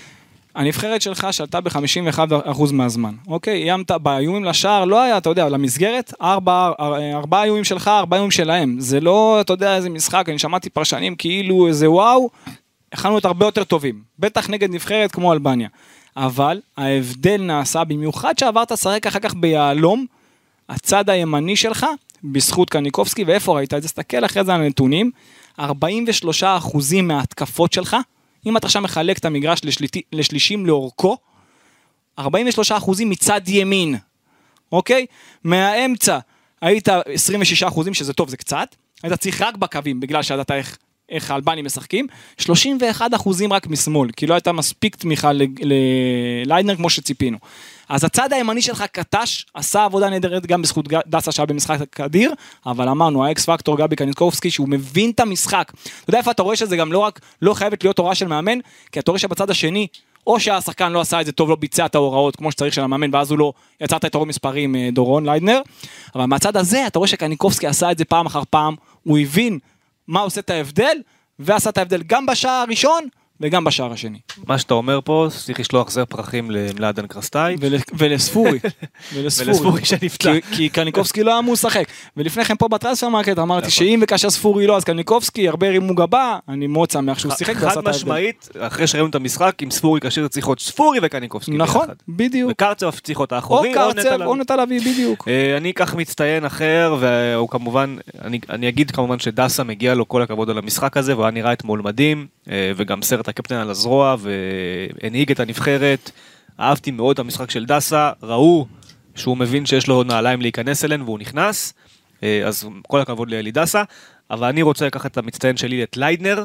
הנבחרת שלך שלטה ב-חמישים ואחד אחוז מהזמן, אוקיי? איימת באיומים לשער, לא היה, אתה יודע, למסגרת, ארבע, ארבעה איומים שלך, ארבעה איומים שלהם. זה לא, אתה יודע, איזה משחק, אני שמעתי פרשנים כאילו איזה וואו, הכנו את הרבה יותר טובים. בטח נגד נבחרת כמו אלבניה. אבל ההבדל נעשה, במיוחד שעברת לשחק אחר כך ביעלום, הצד הימני שלך, בזכות קניקובסקי, ואיפה ראית את זה? תסתכל אחרי זה על הנתונים, ארבעים ושלושה אחוז מההתקפות שלך, אם אתה עכשיו מחלק את המגרש לשליטי, לשלישים לאורכו, ארבעים ושלושה אחוז מצד ימין, אוקיי? מהאמצע היית עשרים ושישה אחוז, שזה טוב, זה קצת, היית צריך רק בקווים, בגלל שאתה איך, איך האלבנים משחקים, שלושים ואחד אחוז רק משמאל, כי לא הייתה מספיק תמיכה לליידנר כמו שציפינו. אז הצד הימני שלך קטש, עשה עבודה נהדרת גם בזכות דסה שהיה במשחק אדיר, אבל אמרנו, האקס פקטור גבי קניקובסקי, שהוא מבין את המשחק. אתה יודע איפה אתה רואה שזה גם לא רק, לא חייבת להיות הוראה של מאמן, כי אתה רואה שבצד השני, או שהשחקן לא עשה את זה טוב, לא ביצע את ההוראות כמו שצריך של המאמן, ואז הוא לא יצר את היתרון מספרים דורון ליידנר, אבל מהצד הזה אתה רואה שקניקובסקי עשה את זה פעם אחר פעם, הוא הבין מה עושה את ההבדל, ועשה את ההבדל גם בשער הראשון, וגם בשער השני. מה שאתה אומר פה, צריך לשלוח זר פרחים למלאדן קרסטאי. ולספורי. ולספורי שנפצע. כי קניקובסקי לא אמור לשחק. ולפני כן פה בטרנספר מרקט אמרתי שאם וכאשר ספורי לא, אז קניקובסקי הרבה רימו גבה, אני מאוד שמח שהוא שיחק ועשה את ההבדל. חד משמעית, אחרי שראינו את המשחק, עם ספורי כשיר צריך להיות ספורי וקניקובסקי ביחד. נכון, בדיוק. וקרצב צריך להיות או האחורי, קרצב או נטע לביא, בדיוק. אני אקח מצטיין אחר, והוא כמובן, אני אגיד כמובן שדסה מגיע לו כל הכבוד על המשחק הזה, והוא היה נראה אתמול מדהים, וגם סרט הקפטן על הזרוע, והנהיג את הנבחרת. אהבתי מאוד את המשחק של דסה, ראו שהוא מבין שיש לו נעליים להיכנס אליהן, והוא נכנס, אז כל הכבוד לאלי דסה, אבל אני רוצה לקחת את המצטיין שלי את ליידנר,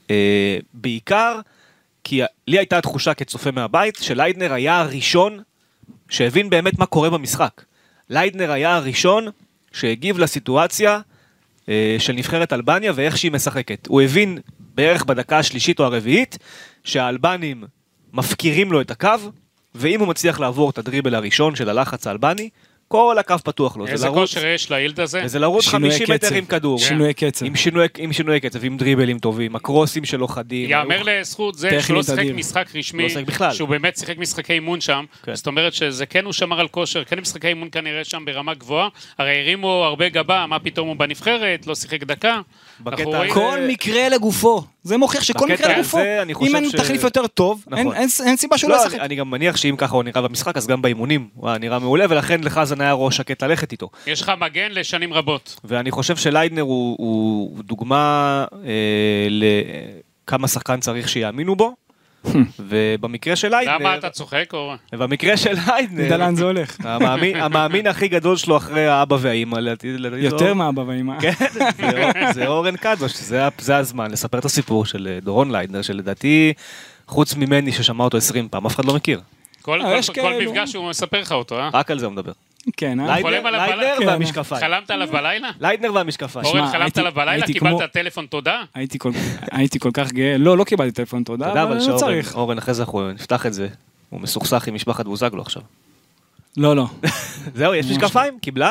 בעיקר, כי לי הייתה תחושה כצופה מהבית, שליידנר היה הראשון שהבין באמת מה קורה במשחק. ליידנר היה הראשון שהגיב לסיטואציה של נבחרת אלבניה ואיך שהיא משחקת. הוא הבין בערך בדקה השלישית או הרביעית שהאלבנים מפקירים לו את הקו, ואם הוא מצליח לעבור את הדריבל הראשון של הלחץ האלבני, כל הקו פתוח לו. איזה כושר יש לילד הזה? וזה לרוץ חמישים מטר עם כדור. שינוי קצב. עם שינוי, עם שינוי קצב, עם דריבלים טובים, הקרוסים שלו חדים. יאמר לזכות זה שהוא לא שיחק משחק רשמי, שהוא באמת שיחק משחקי אימון שם, זאת אומרת שזה כן הוא שמר על כושר, כן משחקי אימון כנראה שם ברמה גבוהה, הרי הרימו הרבה גבה, מה פתאום הוא בנבחרת, לא שיחק דקה. כל מקרה לגופו, זה מוכיח שכל מקרה לגופו, אם אין תחליף יותר טוב, אין סיבה שהוא לא ישחק. אני גם מניח שאם ככה הוא נראה במשחק, אז גם באימונים הוא נראה מעולה, ולכן לחזן היה ראש שקט ללכת איתו. יש לך מגן לשנים רבות. ואני חושב שליידנר הוא, הוא דוגמה אה, לכמה שחקן צריך שיאמינו בו, ובמקרה של ליידנר... למה אתה צוחק, אורן? ובמקרה של ליידנר... נדע לאן זה הולך. המאמין, המאמין הכי גדול שלו אחרי האבא והאמא. יותר מהאבא והאמא. כן, זה אורן קדוש, זה הזמן לספר את הסיפור של דורון ליידנר, שלדעתי, חוץ ממני ששמע אותו עשרים פעם, אף אחד לא מכיר. כל מפגש הוא מספר לך אותו, אה? רק על זה הוא מדבר. כן, ליידנר והמשקפיים. חלמת עליו בלילה? ליידנר והמשקפיים. אורן, חלמת עליו בלילה? קיבלת טלפון תודה? הייתי כל כך גאה, לא, לא קיבלתי טלפון תודה, אבל לא צריך. אורן, אחרי זה אנחנו נפתח את זה, הוא מסוכסך עם משפחת בוזגלו עכשיו. לא, לא. זהו, יש משקפיים? קיבלה?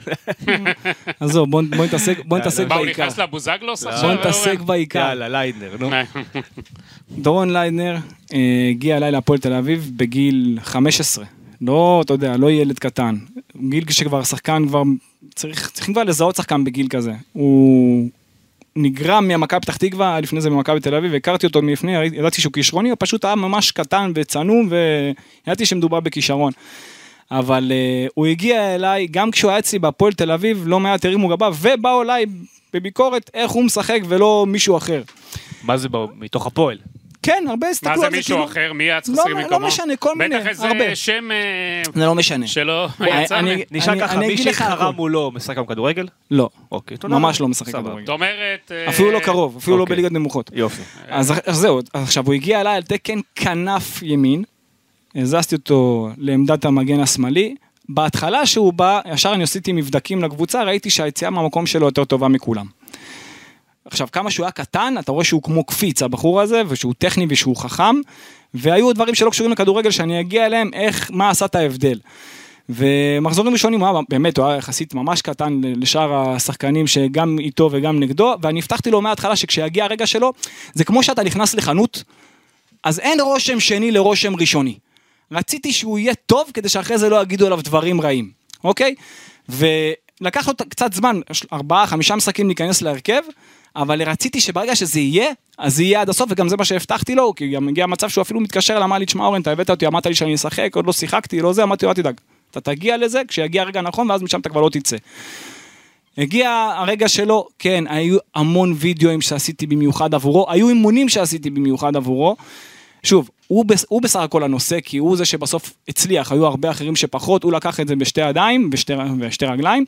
אז זהו, בוא נתעסק בעיקר. מה, הוא נכנס לבוזגלו? בוא נתעסק בעיקר. יאללה, ליידנר, נו. דורון ליידנר הגיע אליי להפועל תל אביב בגיל חמש עשרה. לא, אתה יודע, לא ילד קטן. גיל שכבר שחקן כבר, צריך, צריכים כבר לזהות שחקן בגיל כזה. הוא נגרם מהמכבי פתח תקווה, לפני זה ממכבי תל אביב, הכרתי אותו מלפני, ידעתי שהוא כישרוני, הוא פשוט היה ממש קטן וצנום, וידעתי שמדובר בכישרון. אבל uh, הוא הגיע אליי, גם כשהוא היה אצלי בהפועל תל אביב, לא מעט הרימו גבה, ובאו אליי בביקורת איך הוא משחק ולא מישהו אחר. מה זה מתוך הפועל? כן, הרבה הסתכלו על זה. מה זה מישהו אחר? מי היה צריך לשחק במקומו? לא משנה, כל מיני, הרבה. בטח איזה שם... זה לא משנה. שלא יצא. נשאל ככה, מי שחרם הוא לא משחק עם כדורגל? לא. ממש לא משחק כדורגל. זאת אומרת... אפילו לא קרוב, אפילו לא בליגות נמוכות. יופי. אז זהו, עכשיו הוא הגיע אליי על תקן כנף ימין, הזזתי אותו לעמדת המגן השמאלי, בהתחלה שהוא בא, ישר אני עשיתי מבדקים לקבוצה, ראיתי שהיציאה מהמקום שלו יותר טובה מכולם. עכשיו, כמה שהוא היה קטן, אתה רואה שהוא כמו קפיץ, הבחור הזה, ושהוא טכני ושהוא חכם, והיו דברים שלא קשורים לכדורגל, שאני אגיע אליהם, איך, מה עשה את ההבדל. ומחזורים ראשונים, באמת, הוא היה יחסית ממש קטן לשאר השחקנים, שגם איתו וגם נגדו, ואני הבטחתי לו מההתחלה, שכשיגיע הרגע שלו, זה כמו שאתה נכנס לחנות, אז אין רושם שני לרושם ראשוני. רציתי שהוא יהיה טוב, כדי שאחרי זה לא יגידו עליו דברים רעים, אוקיי? ולקח לו קצת זמן, ארבעה, חמישה משחקים להיכנס להרכב, אבל רציתי שברגע שזה יהיה, אז זה יהיה עד הסוף, וגם זה מה שהבטחתי לו, כי גם הגיע מצב שהוא אפילו מתקשר, למה לי, תשמע אורן, אתה הבאת אותי, אמרת לי שאני אשחק, עוד לא שיחקתי, לא זה, אמרתי לו, תדאג, אתה תגיע לזה, כשיגיע הרגע נכון, ואז משם אתה כבר לא תצא. הגיע הרגע שלו, כן, היו המון וידאוים שעשיתי במיוחד עבורו, היו אימונים שעשיתי במיוחד עבורו, שוב, הוא, הוא בסך הכל הנושא, כי הוא זה שבסוף הצליח, היו הרבה אחרים שפחות, הוא לקח את זה בשתי ידיים, בשתי, בשתי רגליים,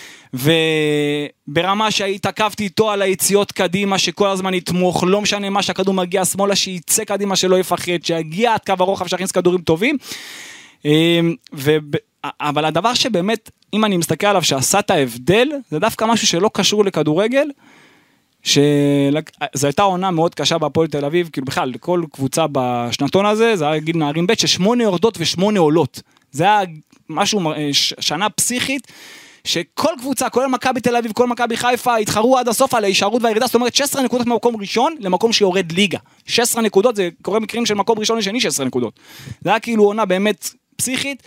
וברמה שהתעכבתי איתו על היציאות קדימה, שכל הזמן יתמוך, לא משנה מה שהכדור מגיע שמאלה, שיצא קדימה שלא יפחד, שיגיע עד קו הרוחב, שיכניס כדורים טובים, ו... אבל הדבר שבאמת, אם אני מסתכל עליו שעשה את ההבדל, זה דווקא משהו שלא קשור לכדורגל, שזו הייתה עונה מאוד קשה בהפועל תל אביב, כאילו בכלל, כל קבוצה בשנתון הזה, זה היה גיל נערים ב' ששמונה יורדות ושמונה עולות. זה היה משהו, שנה פסיכית, שכל קבוצה, כולל מכבי תל אביב, כל מכבי חיפה, התחרו עד הסוף על ההישארות והירידה, זאת אומרת, שש עשרה נקודות ממקום ראשון למקום שיורד ליגה. שש עשרה נקודות, זה קורה מקרים של מקום ראשון לשני, שש עשרה נקודות. זה היה כאילו עונה באמת פסיכית,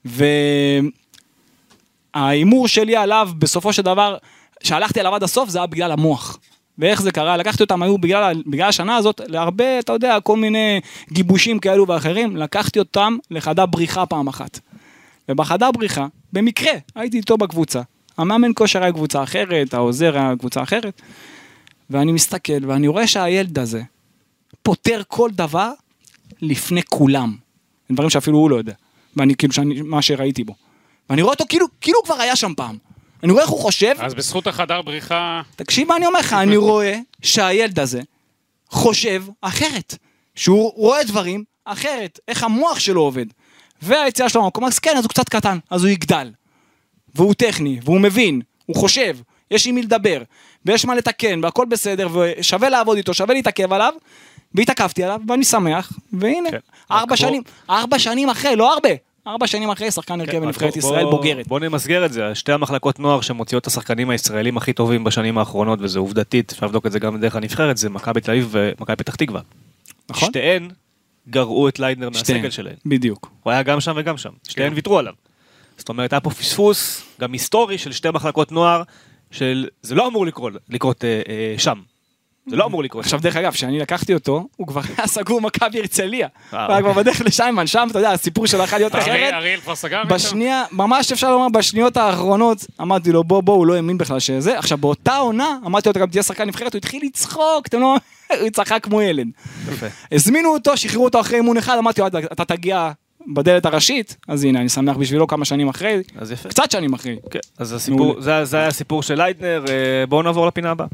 והאימור שלי עליו, בסופו של דבר, שהלכתי עליו עד הסוף, זה היה בגלל המוח. ואיך זה קרה? לקחתי אותם, היו בגלל, בגלל השנה הזאת, להרבה, אתה יודע, כל מיני גיבושים כאלו ואחרים, לקחתי אותם לחדה בריחה פעם אחת. ובחדה בריחה, במקרה, הייתי איתו בקבוצה. המאמן כושר היה קבוצה אחרת, העוזר היה קבוצה אחרת, ואני מסתכל, ואני רואה שהילד הזה פותר כל דבר לפני כולם. דברים שאפילו הוא לא יודע. ואני כאילו, שאני, מה שראיתי בו. ואני רואה אותו כאילו, כאילו כבר היה שם פעם. אני רואה איך הוא חושב. אז בזכות החדר בריחה... תקשיב מה אני אומר לך, אני רואה שהילד הזה חושב אחרת. שהוא רואה דברים אחרת. איך המוח שלו עובד. והיציאה שלו במקום, אז כן, אז הוא קצת קטן, אז הוא יגדל. והוא טכני, והוא מבין, הוא חושב, יש עם מי לדבר, ויש מה לתקן, והכל בסדר, ושווה לעבוד איתו, שווה להתעכב עליו, והתעכבתי עליו, ואני שמח, והנה, כן, ארבע שנים, ארבע שנים אחרי, לא הרבה, ארבע שנים אחרי שחקן הרכב בנבחרת ישראל בוגרת. בוא נמסגר את זה, שתי המחלקות נוער שמוציאות את השחקנים הישראלים הכי טובים בשנים האחרונות, וזה עובדתית, אפשר לבדוק את זה גם בדרך הנבחרת, זה מכבי תל אביב ומכבי פתח תקווה. נכון? שתיהן גרעו את ליידנר מהסגל שלהם. בדיוק. הוא היה גם שם וגם שם. שתיהן ויתרו עליו. זאת אומרת, היה פה פספוס, גם היסטורי של שתי מחלקות נוער, של זה לא אמור לקרות, לקרות אה, אה, שם. זה לא אמור לקרות. עכשיו דרך אגב, כשאני לקחתי אותו, הוא כבר היה סגור מכבי הרצליה. הוא היה כבר בדרך לשיימן, שם אתה יודע, הסיפור שלו יכול להיות אחרת. אריאל כבר סגר. בשנייה, ממש אפשר לומר, בשניות האחרונות, אמרתי לו בוא בוא, הוא לא האמין בכלל שזה. עכשיו באותה עונה, אמרתי לו, אתה גם תהיה שחקן נבחרת, הוא התחיל לצחוק, אתם לא... הוא צחק כמו ילד. הזמינו אותו, שחררו אותו אחרי אימון אחד, אמרתי לו, אתה תגיע בדלת הראשית, אז הנה, אני שמח בשבילו כמה שנים אחרי, קצת שנים אחרי. אז הסיפור, זה היה הסיפור של ליידנר, בואו נעבור לפינה הבאה.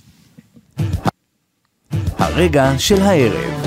הרגע של הערב.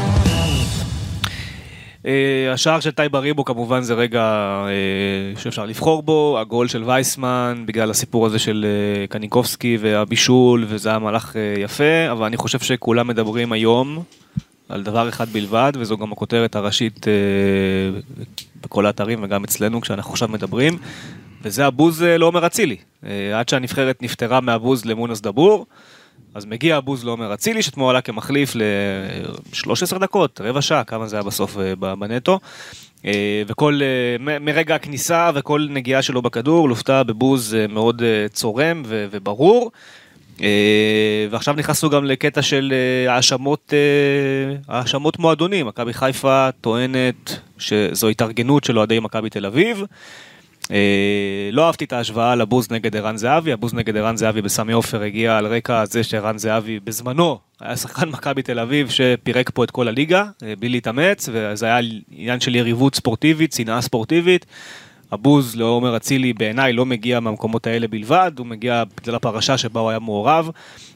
השער של טייב אריבו כמובן זה רגע שאפשר לבחור בו, הגול של וייסמן בגלל הסיפור הזה של קניקובסקי והבישול, וזה היה מהלך יפה, אבל אני חושב שכולם מדברים היום על דבר אחד בלבד, וזו גם הכותרת הראשית בכל האתרים וגם אצלנו כשאנחנו עכשיו מדברים, וזה הבוז לעומר אצילי. עד שהנבחרת נפטרה מהבוז למונס דבור, אז מגיע הבוז לעומר אצילי, שתמו עלה כמחליף ל-שלוש עשרה דקות, רבע שעה, כמה זה היה בסוף בנטו, וכל, מרגע הכניסה וכל נגיעה שלו בכדור, לופתה בבוז מאוד צורם וברור, ועכשיו נכנסנו גם לקטע של האשמות, האשמות מועדונים. מכבי חיפה טוענת שזו התארגנות של אוהדי מכבי תל אביב, לא אהבתי את ההשוואה לבוז נגד ערן זהבי, הבוז נגד ערן זהבי בסמי עופר הגיע על רקע הזה שערן זהבי בזמנו היה שחקן מכבי תל אביב שפירק פה את כל הליגה בלי להתאמץ, וזה היה עניין של יריבות ספורטיבית, שנאה ספורטיבית. הבוז לעומר אצילי בעיניי לא מגיע מהמקומות האלה בלבד, הוא מגיע בגלל הפרשה שבה הוא היה מעורב.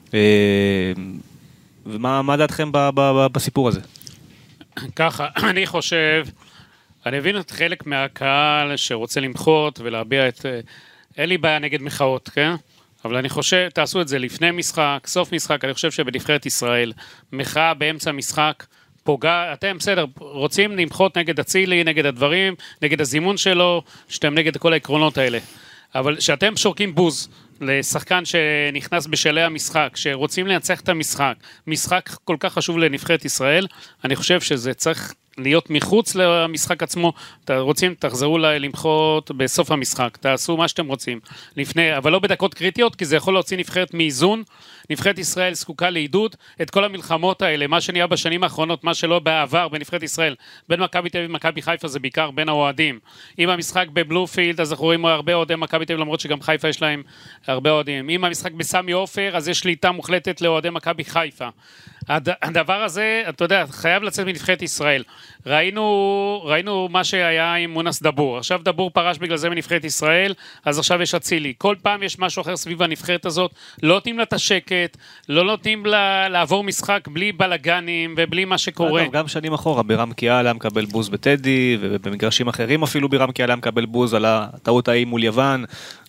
ומה דעתכם בסיפור הזה? ככה, אני חושב, אני מבין את חלק מהקהל שרוצה למחות ולהביע את... אין לי בעיה נגד מחאות, כן? אבל אני חושב, תעשו את זה לפני משחק, סוף משחק, אני חושב שבנבחרת ישראל, מחאה באמצע משחק, פוגע, אתם בסדר, רוצים למחות נגד אצילי, נגד הדברים, נגד הזימון שלו, שאתם נגד כל העקרונות האלה. אבל שאתם שורקים בוז לשחקן שנכנס בשלהי המשחק, שרוצים לנצח את המשחק, משחק כל כך חשוב לנבחרת ישראל, אני חושב שזה צריך להיות מחוץ למשחק עצמו, אתם רוצים, תחזרו למחות בסוף המשחק, תעשו מה שאתם רוצים, לפני, אבל לא בדקות קריטיות, כי זה יכול להוציא נבחרת מאיזון, נבחרת ישראל זקוקה לעידוד, את כל המלחמות האלה, מה שנהיה בשנים האחרונות, מה שלא בעבר בנבחרת ישראל, בין מכבי תל אביב ומכבי חיפה זה בעיקר בין האוהדים, אם המשחק בבלופילד, אז אנחנו רואים הרבה אוהדי מכבי תל אביב, למרות שגם חיפה יש להם הרבה אוהדים, אם המשחק בסמי עופר, אז יש שליטה מוחלטת לאוהדי מכבי חיפה. הד... הדבר הזה, אתה יודע, חייב לצאת מנבחרת ישראל. ראינו, ראינו מה שהיה עם מונס דבור. עכשיו דבור פרש בגלל זה מנבחרת ישראל, אז עכשיו יש אצילי. כל פעם יש משהו אחר סביב הנבחרת הזאת. לא נותנים לה את השקט, לא נותנים לה לעבור משחק בלי בלגנים ובלי מה שקורה. אגב, גם שנים אחורה, ברם קיאל היה מקבל בוז בטדי, ובמגרשים אחרים אפילו ברם קיאל היה מקבל בוז על הטעות ההיא מול יוון.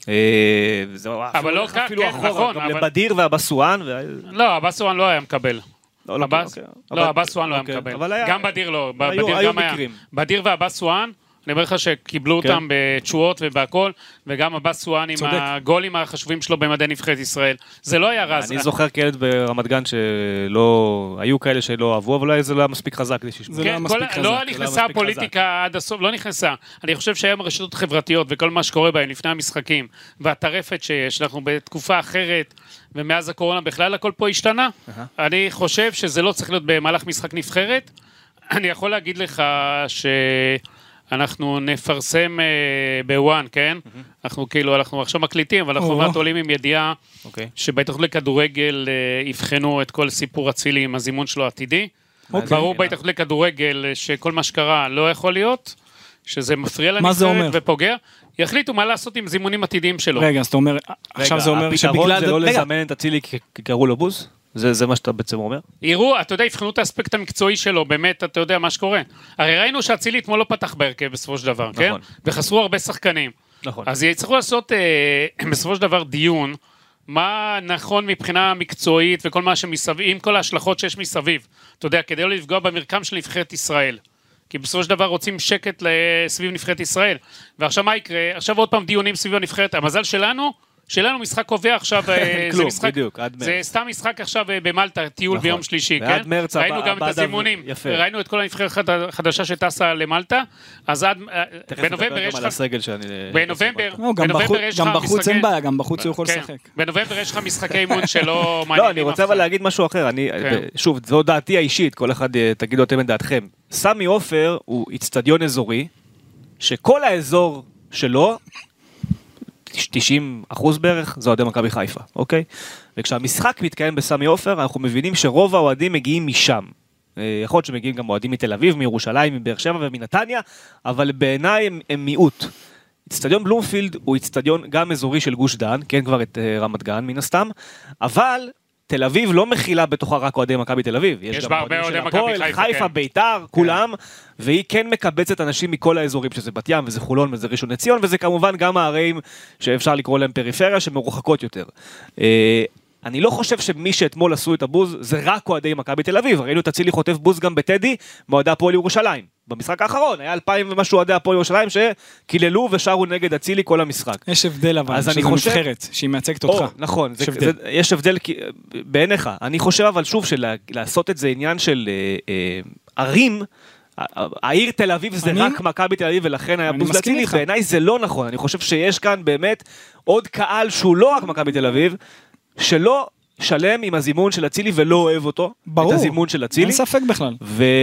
אבל לא כך, כן, נכון. גם לבדיר והבסואן. לא, הבסואן לא היה מקבל. לא, הבסואן לא היה מקבל. גם בדיר לא, בדיר גם היה. בדיר והבסואן, אני אומר לך שקיבלו אותם בתשואות ובהכל, וגם הבסואן עם הגולים החשובים שלו במדעי נבחרת ישראל. זה לא היה רז. אני זוכר כילד ברמת גן שלא, היו כאלה שלא אהבו, אבל זה לא היה מספיק חזק. לא נכנסה הפוליטיקה עד הסוף, לא נכנסה. אני חושב שהיום הרשתות החברתיות וכל מה שקורה בהן לפני המשחקים, והטרפת שיש, אנחנו בתקופה אחרת, ומאז הקורונה בכלל הכל פה השתנה. אני חושב שזה לא צריך להיות במהלך משחק נבחרת. אני יכול להגיד לך שאנחנו נפרסם בוואן, כן? אנחנו כאילו, אנחנו עכשיו מקליטים, אבל אנחנו מעט עולים עם ידיעה שבהתאחדות לכדורגל יבחנו את כל סיפור אצילי עם הזימון שלו עתידי. ברור בהתאחדות לכדורגל שכל מה שקרה לא יכול להיות, שזה מפריע לנבחרת ופוגע. יחליטו מה לעשות עם זימונים עתידיים שלו. רגע, אז אתה אומר, עכשיו זה אומר שבגלל... הפתרון זה לא לזמן את אצילי כי קראו לו בוז? זה מה שאתה בעצם אומר? יראו, אתה יודע, יבחנו את האספקט המקצועי שלו, באמת, אתה יודע מה שקורה. הרי ראינו שאצילי אתמול לא פתח בהרכב בסופו של דבר, כן? וחסרו הרבה שחקנים. נכון. אז יצטרכו לעשות בסופו של דבר דיון, מה נכון מבחינה מקצועית וכל מה שמסביב, עם כל ההשלכות שיש מסביב. אתה יודע, כדי לא לפגוע במרקם של נבחרת ישראל. כי בסופו של דבר רוצים שקט סביב נבחרת ישראל. ועכשיו מה יקרה? עכשיו עוד פעם דיונים סביב הנבחרת. המזל שלנו, שלנו משחק קובע עכשיו, כלום, זה, משחק, בדיוק, עד מרץ. זה סתם משחק עכשיו במלטה, טיול נכון. ביום שלישי, ועד כן? מרץ ראינו הבא, גם הבא את הזימונים, יפה. ראינו את כל הנבחרת החדשה שטסה למלטה, אז עד, בנובמבר יש לך... בנובמבר, בנובמבר יש לך גם בחוץ משחקי... אין בעיה, גם בחוץ הוא יכול כן. לשחק. בנובמבר יש לך משחקי אימון שלא מעניינים. לא, אני רוצה אבל להגיד משהו אחר, אני, שוב, זו דעתי האישית, כל אחד תגידו אתם את דעתכם. סמי עופר הוא אצטדיון אזורי, שכל האזור שלו, תשעים אחוז בערך, זה אוהדי מכבי חיפה, אוקיי? וכשהמשחק מתקיים בסמי עופר, אנחנו מבינים שרוב האוהדים מגיעים משם. יכול להיות שמגיעים גם אוהדים מתל אביב, מירושלים, מבאר שבע ומנתניה, אבל בעיניי הם, הם מיעוט. אצטדיון בלומפילד הוא אצטדיון גם אזורי של גוש דן, כן כבר את רמת גן מן הסתם, אבל תל אביב לא מכילה בתוכה רק אוהדי מכבי תל אביב. יש, יש גם אוהדים של הפועל, חיפה, חיפה כן. ביתר, כן. כולם, והיא כן מקבצת אנשים מכל האזורים, שזה בת ים וזה חולון וזה ראשון לציון, וזה כמובן גם הערים שאפשר לקרוא להם פריפריה, שמרוחקות יותר. אני לא חושב שמי שאתמול עשו את הבוז, זה רק אוהדי מכבי תל אביב. ראינו את אצילי חוטף בוז גם בטדי, מאוהדי הפועל ירושלים. במשחק האחרון, היה אלפיים ומשהו אוהדי הפועל ירושלים, שקיללו ושרו נגד אצילי כל המשחק. יש הבדל אבל, שזה חושב... נבחרת, שהיא מייצגת אותך. או, נכון, זה, זה, יש הבדל בעיניך. אני חושב אבל שוב, שלעשות את זה עניין של אה, אה, ערים, העיר תל אביב זה אני... רק מכבי תל אביב, ולכן היה בוז לאצילי, בעיניי זה לא נכון. אני חושב שיש כאן באמת עוד קהל שהוא לא רק מכבי תל אביב, שלא שלם עם הזימון של אצילי ולא אוהב אותו, ברור, את הזימון של אצילי. אין ספק בכלל.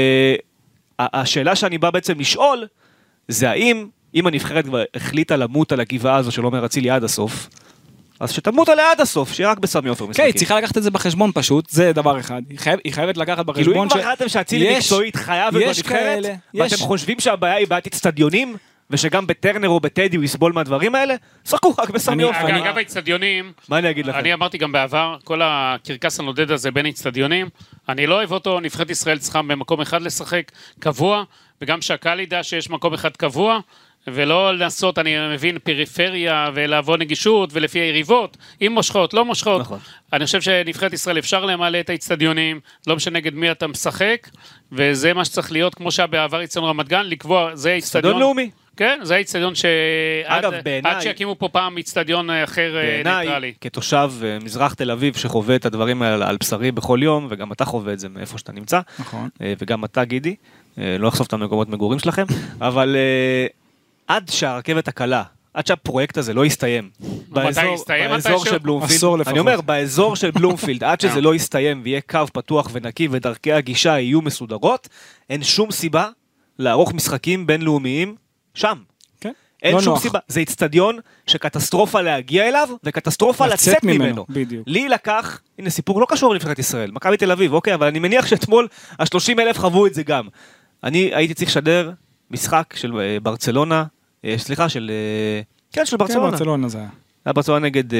והשאלה שאני בא בעצם לשאול, זה האם, אם הנבחרת כבר החליטה למות על הגבעה הזו של עומר אצילי עד הסוף, אז שתמות עליה עד הסוף, שיהיה רק בסמי עופר משחקים. כן, היא צריכה לקחת את זה בחשבון פשוט, זה דבר אחד. היא, חייב, היא חייבת לקחת בחשבון כאילו אם כבר חייבתם שאצילי מקצועית חייב בנבחרת, ואתם חושבים שהבעיה היא בעיית אצטדיונים, ושגם בטרנר או בטדי הוא יסבול מהדברים האלה, שחקו רק בסמי עופר. אגב האצטדיונים, מה אני אגיד לכם? אני אמרתי גם בעבר, כל הקרקס הנודד הזה בין אצטדיונים, אני לא אוהב אותו, נבחרת ישראל צריכה במקום אחד לשחק קבוע, וגם שהקהל ידע שיש מקום אחד קבוע, ולא לנסות, אני מבין, פריפריה, ולעבור נגישות, ולפי היריבות, עם מושכות, לא מושכות. נכון. אני חושב שנבחרת ישראל אפשר למעלה את האצטדיונים, לא משנה נגד מי אתה משחק, וזה מה שצריך להיות, כמו שבעבר אצטדיון רמת גן, לקבוע, זה אצטדיון לאומי. כן, זה האצטדיון שעד שיקימו פה פעם אצטדיון אחר ניטרלי. בעיניי, כתושב מזרח תל אביב שחווה את הדברים האלה על בשרי בכל יום, וגם אתה חווה את זה מאיפה שאתה נמצא, נכון. וגם אתה גידי, לא אחשוף את המקומות מגורים שלכם, אבל עד שהרכבת הקלה, עד שהפרויקט הזה לא יסתיים, באזור של בלומפילד, אני אומר, באזור של בלומפילד, עד שזה לא יסתיים ויהיה קו פתוח ונקי ודרכי הגישה יהיו מסודרות, אין שום סיבה לערוך משחקים בינלאומיים שם. כן. אין לא שום נוח. סיבה. זה אצטדיון שקטסטרופה להגיע אליו, וקטסטרופה לצאת, לצאת ממנו. ממנו. בדיוק. לי לקח, הנה סיפור לא קשור לנבחרת ישראל, מכבי תל אביב, אוקיי, אבל אני מניח שאתמול ה-שלושים אלף חוו את זה גם. אני הייתי צריך לשדר משחק של uh, ברצלונה, uh, סליחה, של... Uh, כן, של ברצלונה. כן, ברצלונה זה היה. היה ברצלונה נגד uh,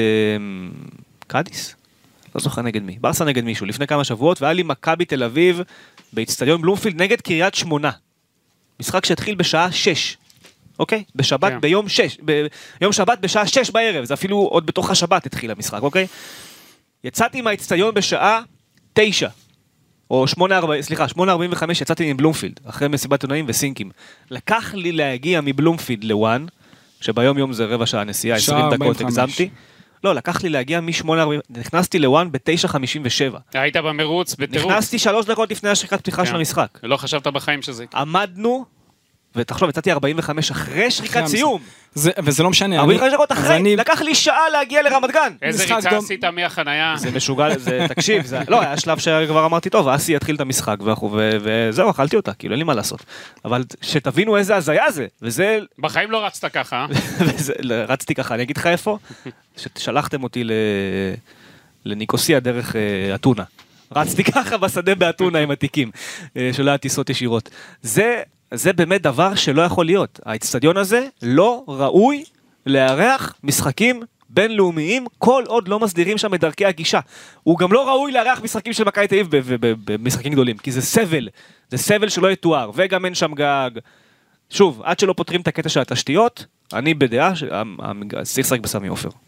קאדיס? לא זוכר נגד מי. ברסה נגד מישהו, לפני כמה שבועות, והיה לי מכבי תל אביב באצטדיון בלומפילד נגד קריית שמונה. משחק שהתחיל בשעה שש. אוקיי? בשבת, ביום שש, ביום שבת בשעה שש בערב, זה אפילו עוד בתוך השבת התחיל המשחק, אוקיי? יצאתי מהאצטדיון בשעה תשע, או שמונה ארבעים, סליחה, שמונה ארבעים וחמש יצאתי מבלומפילד, אחרי מסיבת עונאים וסינקים. לקח לי להגיע מבלומפילד לוואן, שביום יום זה רבע שעה נסיעה, עשרים דקות הגזמתי. לא, לקח לי להגיע מ-שמונה ארבעים, נכנסתי לוואן ב-תשע חמישים ושבע. היית במרוץ, בטירוף. נכנסתי שלוש דקות לפני השריקת פתיחה של המשחק. לא חשבת בחיים שזה. עמדנו ותחשוב, יצאתי ארבעים וחמש אחרי שריקת סיום. וזה לא משנה. ארבעים וחמש דקות אחרי, לקח לי שעה להגיע לרמת גן. איזה ריצה עשית מהחנייה? זה משוגע, זה תקשיב, לא, היה שלב שכבר אמרתי, טוב, אסי יתחיל את המשחק, וזהו, אכלתי אותה, כאילו, אין לי מה לעשות. אבל שתבינו איזה הזיה זה, וזה... בחיים לא רצת ככה. רצתי ככה, אני אגיד לך איפה, ששלחתם אותי לניקוסיה דרך אתונה. רצתי ככה בשדה באתונה עם התיקים, שלא היה טיסות ישירות. זה... זה באמת דבר שלא יכול להיות. האצטדיון הזה לא ראוי לארח משחקים בינלאומיים, כל עוד לא מסדירים שם את דרכי הגישה. הוא גם לא ראוי לארח משחקים של מכבי תל אביב במשחקים גדולים, כי זה סבל, זה סבל שלא יתואר, וגם אין שם גג. שוב, עד שלא פותרים את הקטע של התשתיות, אני בדעה שצריך לשחק בסמי עופר.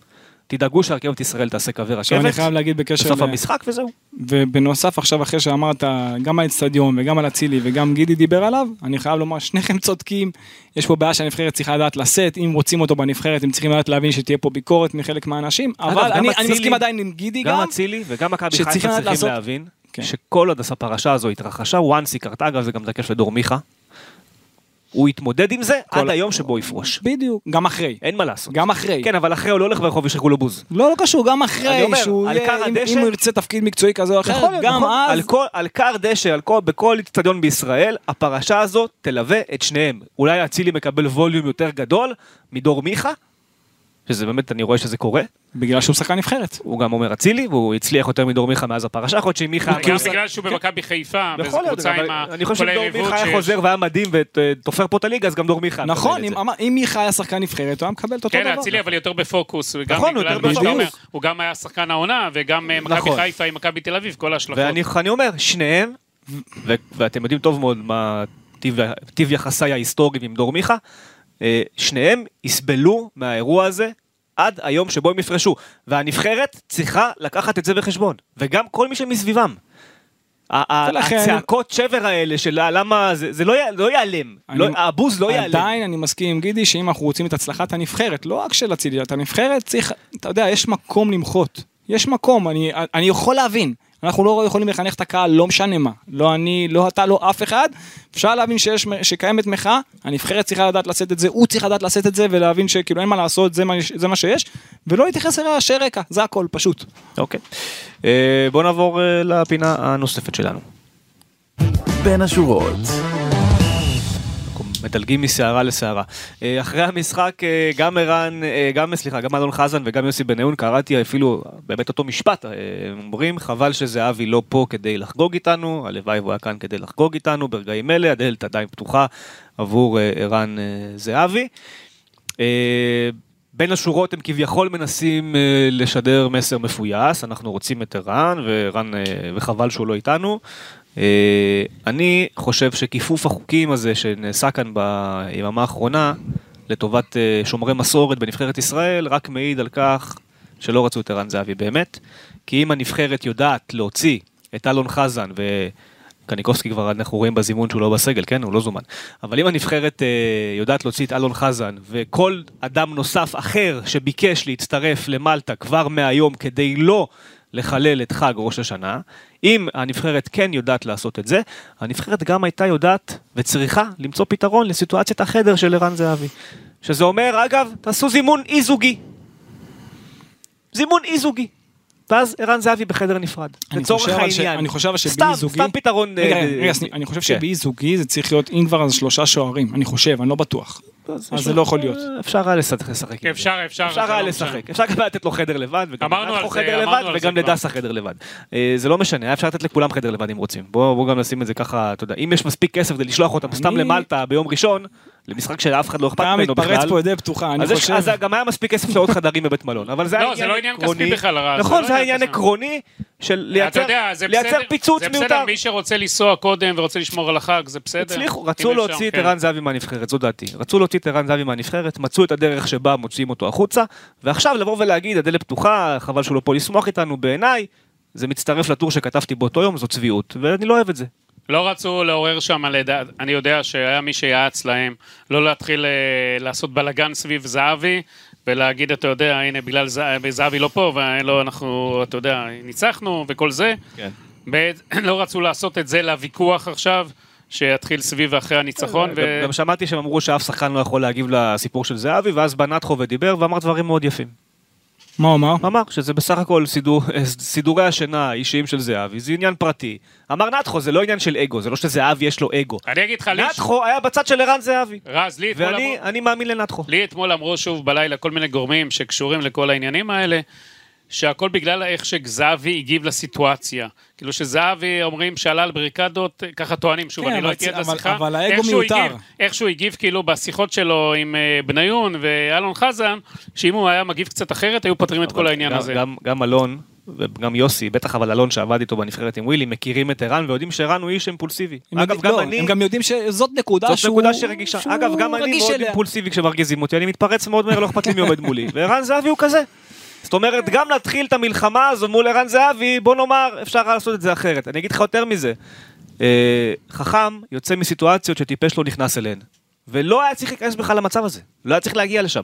תדאגו שהרכבת ישראל תעשה קווי עכשיו אני רכבת, חייב להגיד בקשר בסוף ל- המשחק וזהו. ובנוסף עכשיו אחרי שאמרת גם על אצטדיון וגם על אצילי וגם גידי דיבר עליו, אני חייב לומר שניכם צודקים, יש פה בעיה שהנבחרת צריכה לדעת לשאת, אם רוצים אותו בנבחרת הם צריכים לדעת להבין שתהיה פה ביקורת מחלק מהאנשים, אבל גם אני, אצילי- אני מסכים עדיין עם גידי גם, גם אצילי וגם מכבי חיפה שצריכים צריכים לעשות- להבין כן. שכל עוד הפרשה הזו התרחשה, once היא קרתה, אגב זה גם תקף לדור מיכה, הוא יתמודד עם זה עד היום שבו יפרוש. בדיוק, גם אחרי, אין מה לעשות. גם אחרי, כן, אבל אחרי הוא לא הולך ברחוב וישחקו לו בוז. לא, לא קשור, גם אני אחרי, אומר, שהוא על יהיה, קר אם, הדשא- אם הוא ירצה תפקיד מקצועי כזה או אחר, יכול להיות, גם נכון. אז, על כל- על קר דשא, על כל- בכל אצטדיון בישראל, הפרשה הזאת תלווה את שניהם. אולי אצילי מקבל ווליום יותר גדול מדור מיכה, שזה באמת, אני רואה שזה קורה. בגלל שהוא שחקן נבחרת. הוא גם אומר אצילי, והוא הצליח יותר מדור מיכה מאז הפרשה, יכול להיות שעם מיכה... גם בגלל שהוא במכבי חיפה, וזו יכול להיות, קבוצה אבל עם ה- אני חושב כל שדור היריבות מיכה היה שיש. חוזר והיה מדהים ותופר פה את הליגה, אז גם דור מיכה. נכון, מקבל את אם, זה. אם מיכה היה שחקן נבחרת, הוא היה מקבל את אותו כן, דבר. אצילי אבל יותר בפוקוס, וגם נכון, הוא בגלל יותר מה שאתה אומר, בפוקוס. הוא גם היה שחקן העונה, וגם אה, מכבי נכון. חיפה עם מכבי תל אביב, כל ההשלכות. ואני אני אומר, שניהם, ו- ואתם יודעים טוב מאוד מה טיב, טיב יחסיי ההיסטורי עם דור מיכה, אה, שניהם יסבלו מהאירוע הזה עד היום שבו הם יפרשו, והנבחרת צריכה לקחת את זה בחשבון, וגם כל מי שמסביבם. ה- ה- ולכן- הצעקות שבר האלה של למה זה, זה לא, י- לא ייעלם, אני- לא, הבוז לא ייעלם. עדיין אני מסכים עם גידי שאם אנחנו רוצים את הצלחת הנבחרת, לא רק של אצילי, את הנבחרת צריך, אתה יודע, יש מקום למחות. יש מקום, אני, אני יכול להבין. אנחנו לא יכולים לחנך את הקהל, לא משנה מה. לא אני, לא אתה, לא אף אחד. אפשר להבין שיש, שקיימת מחאה, הנבחרת צריכה לדעת לשאת את זה, הוא צריך לדעת לשאת את זה, ולהבין שכאילו אין מה לעשות, זה מה, זה מה שיש, ולא להתייחס אליה שרקע, זה הכל, פשוט. אוקיי. אה, בואו נעבור אה, לפינה הנוספת שלנו. בין השורות. מדלגים מסערה לסערה. אחרי המשחק, גם ערן, גם, סליחה, גם אלון חזן וגם יוסי בניון, קראתי אפילו באמת אותו משפט, אומרים, חבל שזהבי לא פה כדי לחגוג איתנו, הלוואי הוא היה כאן כדי לחגוג איתנו, ברגעים אלה, הדלת עדיין פתוחה עבור ערן זהבי. בין השורות הם כביכול מנסים לשדר מסר מפויס, אנחנו רוצים את ערן, וערן, וחבל שהוא לא איתנו. אני חושב שכיפוף החוקים הזה שנעשה כאן ביממה האחרונה לטובת שומרי מסורת בנבחרת ישראל רק מעיד על כך שלא רצו את ערן זהבי באמת, כי אם הנבחרת יודעת להוציא את אלון חזן, וקניקובסקי כבר אנחנו רואים בזימון שהוא לא בסגל, כן? הוא לא זומן, אבל אם הנבחרת יודעת להוציא את אלון חזן וכל אדם נוסף אחר שביקש להצטרף למלטה כבר מהיום כדי לא לחלל את חג ראש השנה, אם הנבחרת כן יודעת לעשות את זה, הנבחרת גם הייתה יודעת וצריכה למצוא פתרון לסיטואציית החדר של ערן זהבי. שזה אומר, אגב, תעשו זימון אי-זוגי. זימון אי-זוגי. ואז ערן זהבי בחדר נפרד. לצורך העניין. אני חושב שבאי סתם, זוגי... סתם פתרון... רגע, רגע, אני חושב שבאי זוגי זה צריך להיות, אם כבר אז שלושה שוערים. אני חושב, אני לא בטוח. אז זה לא יכול להיות. אפשר היה לשחק. אפשר, אפשר. אפשר היה לשחק. אפשר גם לתת לו חדר לבד, וגם אמרנו על זה, חדר אמרנו לבד, על זה וגם כבר. לדסה חדר לבד. זה לא משנה, אפשר לתת לכולם חדר לבד אם רוצים. בואו גם נשים את זה ככה, אתה יודע, אם יש מספיק כסף כדי לשלוח אותם סתם למלטה ביום ראשון, למשחק שאף אחד לא אכפת אתה ממנו בכלל. מתפרץ פה ידי פתוחה, אני אז יש- חושב... אז גם היה מספיק כסף לעוד חדרים בבית מלון, אבל זה היה לא, זה לא עניין כספי עקרוני. בכלל, הרע, זה נכון, לא זה היה עניין עניין כספי. עקרוני של אתה לייצר יודע, זה לייצר בסדר, פיצוץ זה מיותר. בסדר, מי שרוצה לנסוע קודם ורוצה לשמור על החג, זה בסדר. הצליחו, אם רצו אפשר, להוציא את כן. ערן זהבי מהנבחרת, זו דעתי. רצו להוציא את ערן זהבי מהנבחרת, מצאו את הדרך שבה מוציאים אותו החוצה, ועכשיו לבוא ולהגיד, הדלת פתוחה, חבל שהוא לא פה לשמוח איתנו, בעיניי, זה מצטרף לטור שכתבתי באותו יום, זו צביעות, ואני לא אוהב את זה. לא רצו לעורר שם, לדעת, אני יודע שהיה מי שיעץ להם, לא להתחיל אה, לעשות בלגן סביב זהבי, ולהגיד, אתה יודע, הנה, בגלל זהבי, זהבי לא פה, ולא אנחנו, אתה יודע, ניצחנו וכל זה. כן. לא רצו לעשות את זה לוויכוח עכשיו, שיתחיל סביב ואחרי הניצחון. ו... גם שמעתי שהם אמרו שאף שחקן לא יכול להגיב לסיפור של זהבי, ואז בנתחו ודיבר ואמר דברים מאוד יפים. מה הוא אמר? אמר שזה בסך הכל סידור, סידורי השינה האישיים של זהבי, זה עניין פרטי. אמר נתחו, זה לא עניין של אגו, זה לא שזהבי יש לו אגו. אני אגיד לך, לי... נתחו היה בצד של ערן זהבי. רז, לי אתמול ואני אמרו... אני מאמין לנתחו. לי אתמול אמרו שוב בלילה כל מיני גורמים שקשורים לכל העניינים האלה, שהכל בגלל איך שזהבי הגיב לסיטואציה. כאילו שזהבי אומרים שעלה על בריקדות, ככה טוענים, שוב, כן, אני לא אבל- הייתי עד אבל- השיחה. אבל האגו איך שהוא מיותר. הגיב- איך שהוא הגיב כאילו בשיחות שלו עם אה, בניון ואלון חזן, שאם הוא היה מגיב קצת אחרת, היו פותרים את כל העניין גם, הזה. גם, גם אלון וגם יוסי, בטח אבל אלון שעבד איתו בנבחרת עם ווילי, מכירים את ערן ויודעים שערן הוא איש אימפולסיבי. הם אגב, יודעים- גם לא, אני... הם גם יודעים שזאת נקודה זאת שהוא... נקודה שרגישה. שהוא אגב, גם אני רגיש מאוד אליה. אימפולסיבי כשמרגיזים אותי, אני מתפרץ מאוד מהר, לא אכפת לי מי עומד מולי. וערן זהבי הוא כזה. זאת זאת אומרת, גם להתחיל את המלחמה הזו מול ערן זהבי, בוא נאמר, אפשר לעשות את זה אחרת. אני אגיד לך יותר מזה. חכם יוצא מסיטואציות שטיפש לא נכנס אליהן. ולא היה צריך להיכנס בכלל למצב הזה. לא היה צריך להגיע לשם.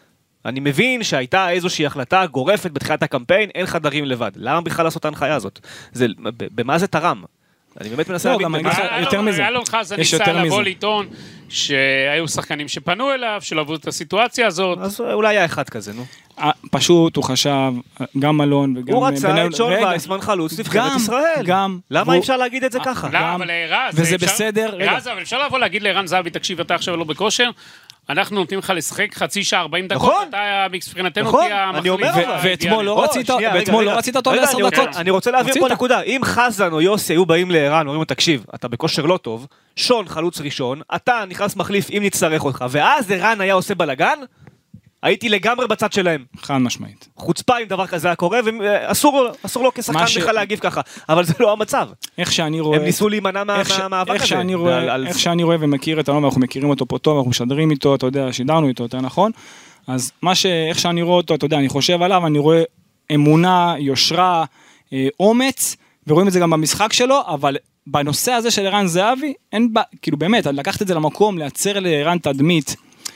אני מבין שהייתה איזושהי החלטה גורפת בתחילת הקמפיין, אין חדרים לבד. למה בכלל לעשות ההנחיה הזאת? זה, במה זה תרם? אני באמת מנסה להבין. יותר מזה. אלון חזן ניסה לבוא לטעון שהיו שחקנים שפנו אליו, שלא עברו את הסיטואציה הזאת. אז אולי היה אחד כזה, נו. פשוט הוא חשב, גם אלון וגם... הוא רצה את שון וייסמן חלוץ נבחרת ישראל. גם. למה אי אפשר להגיד את זה ככה? לא, אבל רז, וזה בסדר. רז, אבל אפשר לבוא להגיד לערן זהבי, תקשיב, אתה עכשיו לא בכושר, אנחנו נותנים לך לשחק חצי שעה, ארבעים דקות, אתה מבחינתנו תהיה המחליף. ואתמול לא רצית, ואתמול לא רצית אותו לעשר דקות. אני רוצה להעביר פה נקודה, אם חזן או יוסי היו באים לערן, אומרים לו, תקשיב, אתה בכושר לא טוב, שון חלוץ ראשון, אתה נכנס מחליף אם נצטרך אותך, ואז ערן היה עושה בלגן, הייתי לגמרי בצד שלהם. חד משמעית. חוצפה אם דבר כזה היה קורה, ואסור לו כשחקן בכלל להגיב ככה, אבל זה לא המצב. איך שאני רואה... הם ניסו להימנע מהמאבק הזה. איך שאני רואה ומכיר את אלון, ואנחנו מכירים אותו פה טוב, אנחנו משדרים איתו, אתה יודע, שידרנו איתו, יותר נכון. אז מה ש... איך שאני רואה אותו, אתה יודע, אני חושב עליו, אני רואה אמונה, יושרה, אומץ, ורואים את זה גם במשחק שלו, אבל בנושא הזה של ערן זהבי, אין בה, כאילו באמת, לקחת את זה למקום, לייצר לערן תדמית,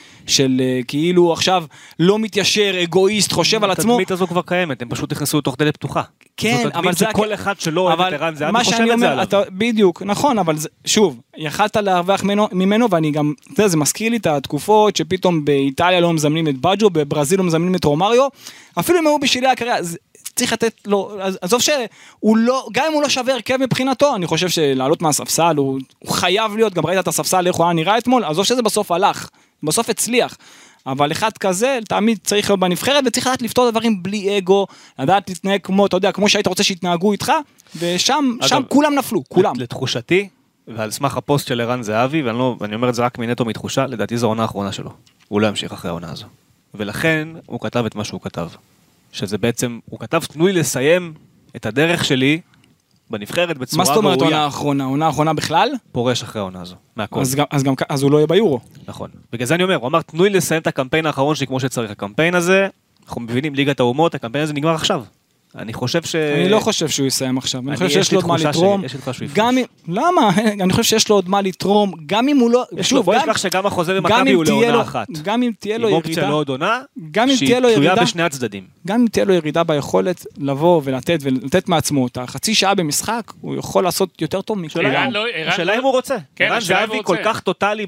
של כאילו עכשיו לא מתיישר, אגואיסט, חושב על עצמו. התדמית הזו כבר קיימת, הם פשוט נכנסו לתוך דלת פתוחה. כן, אבל זה... כל אחד שלא אוהב את ערן זהבי חושב את זה עליו. בדיוק, נכון, אבל שוב, יכלת להרוויח ממנו, ואני גם, אתה יודע, זה מזכיר לי את התקופות שפתאום באיטליה לא מזמנים את בג'ו, בברזיל לא מזמנים את רומריו, אפילו אם הוא בשבילי הקריירה, צריך לתת לו, עזוב שהוא לא, גם אם הוא לא שווה הרכב מבחינתו, אני חושב שלעלות מהספסל, הוא חייב להיות, גם ראית את הספסל, איך הוא היה נראה אתמול, עזוב שזה בסוף הלך, בסוף הצליח, אבל אחד כזה, תמיד צריך להיות בנבחרת, וצריך לדעת לפתור דברים בלי אגו, לדעת להתנהג כמו, אתה יודע, כמו שהיית רוצה שיתנהגו איתך, ושם, שם כולם נפלו, כולם. לתחושתי, ועל סמך הפוסט של ערן זהבי, ואני, לא, ואני אומר את זה רק מנטו מתחושה, לדעתי זו העונה האחרונה שלו. הוא לא ימשיך אחרי העונה הזו. ולכן הוא כתב את מה שהוא כתב. שזה בעצם, הוא כתב, תנו לי לסיים את הדרך שלי בנבחרת בצורה ראויה. מה זאת אומרת עונה האחרונה? עונה האחרונה בכלל? פורש אחרי העונה הזו, מהכל. אז גם, אז גם, אז הוא לא יהיה ביורו. נכון. בגלל זה אני אומר, הוא אמר, תנו לי לסיים את הקמפיין האחרון שלי כמו שצריך. הקמפיין הזה, אנחנו מבינים, ליגת האומות, הקמפיין הזה נגמר עכשיו. אני חושב ש... אני לא חושב שהוא יסיים עכשיו. אני חושב שיש לו עוד מה לתרום. גם אם... למה? אני חושב שיש לו עוד מה לתרום. גם אם הוא לא... שוב, בוא נשכח שגם החוזה במכבי הוא לעונה אחת. גם אם תהיה לו ירידה... עם אופציה לעוד עונה, שהיא תלויה בשני הצדדים. גם אם תהיה לו ירידה ביכולת לבוא ולתת ולתת מעצמו אותה. חצי שעה במשחק, הוא יכול לעשות יותר טוב מכולם. השאלה אם הוא רוצה. ערן זהבי כל כך טוטלי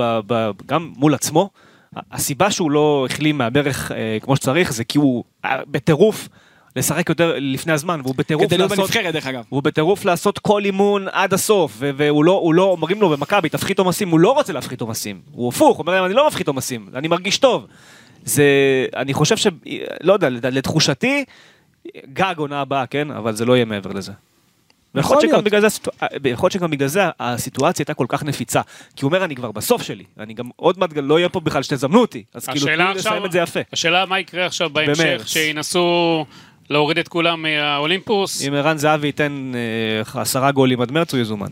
גם מול עצמו. הסיבה שהוא לא החלים מהברך כמו שצריך, זה כי הוא בטירוף לשחק יותר לפני הזמן, והוא בטירוף לעשות... בנבחרת, דרך אגב. הוא בטירוף לעשות כל אימון עד הסוף, והוא לא, הוא לא, אומרים לו במכבי, תפחית עומסים, הוא לא רוצה להפחית עומסים. הוא הפוך, הוא אומר להם, אני לא מפחית עומסים, אני מרגיש טוב. זה, אני חושב ש... לא יודע, לתחושתי, גג עונה הבאה, כן? אבל זה לא יהיה מעבר לזה. ויכול להיות שגם בגלל זה הסיטואציה הייתה כל כך נפיצה, כי הוא אומר, אני כבר בסוף שלי, אני גם עוד מעט לא יהיה פה בכלל שתזמנו אותי, אז כאילו תנו לסיים את זה יפה. השאלה מה יקרה עכשיו בהמשך, שינסו להוריד את כולם מהאולימפוס. אם ערן זהבי ייתן עשרה גולים עד מרץ, הוא יזומן.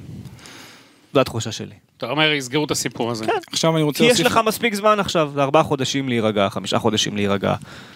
זו התחושה שלי. אתה אומר, יסגרו את הסיפור הזה. כן. עכשיו אני רוצה כי יש לך מספיק זמן עכשיו, ארבעה חודשים להירגע, חמישה חודשים להירגע.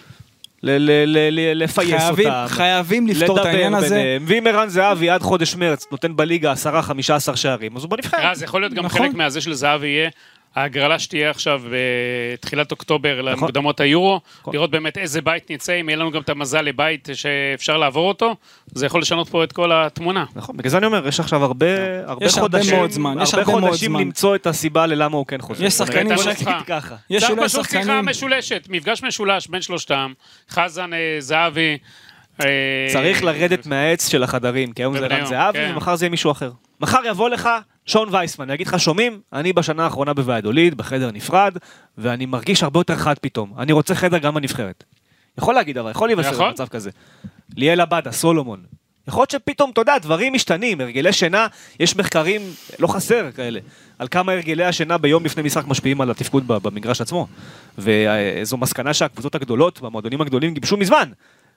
לפייס אותם, חייבים לפתור את העניין הזה. ואם ערן זהבי עד חודש מרץ נותן בליגה עשרה חמישה עשר שערים, אז הוא בנבחרת. אז יכול להיות גם חלק מהזה של זהבי יהיה, ההגרלה שתהיה עכשיו בתחילת אוקטובר למוקדמות היורו, לראות באמת איזה בית נצא, אם יהיה לנו גם את המזל לבית שאפשר לעבור אותו, זה יכול לשנות פה את כל התמונה. נכון, בגלל זה אני אומר, יש עכשיו הרבה חודשים, הרבה חודשים למצוא את הסיבה ללמה הוא כן חוזר. יש שחקנים ככה. צריך פשוט שיחה משולשת, מפגש משולש בין שלושתם, חזן, זהבי. צריך לרדת מהעץ של החדרים, כי היום זה ערן זהבי, ומחר זה יהיה מישהו אחר. מחר יבוא לך שון וייסמן, אני אגיד לך, שומעים, אני בשנה האחרונה בוועדוליד, בחדר נפרד, ואני מרגיש הרבה יותר חד פתאום. אני רוצה חדר גם בנבחרת. יכול להגיד, אבל יכול להיווסר במצב כזה. ליאל עבדה, סולומון. יכול להיות שפתאום, אתה יודע, דברים משתנים, הרגלי שינה, יש מחקרים, לא חסר כאלה, על כמה הרגלי השינה ביום לפני משחק משפיעים על התפקוד במגרש עצמו. וזו מסקנה שהקבוצות הגדולות, והמועדונים הגדולים גיבשו מזמן.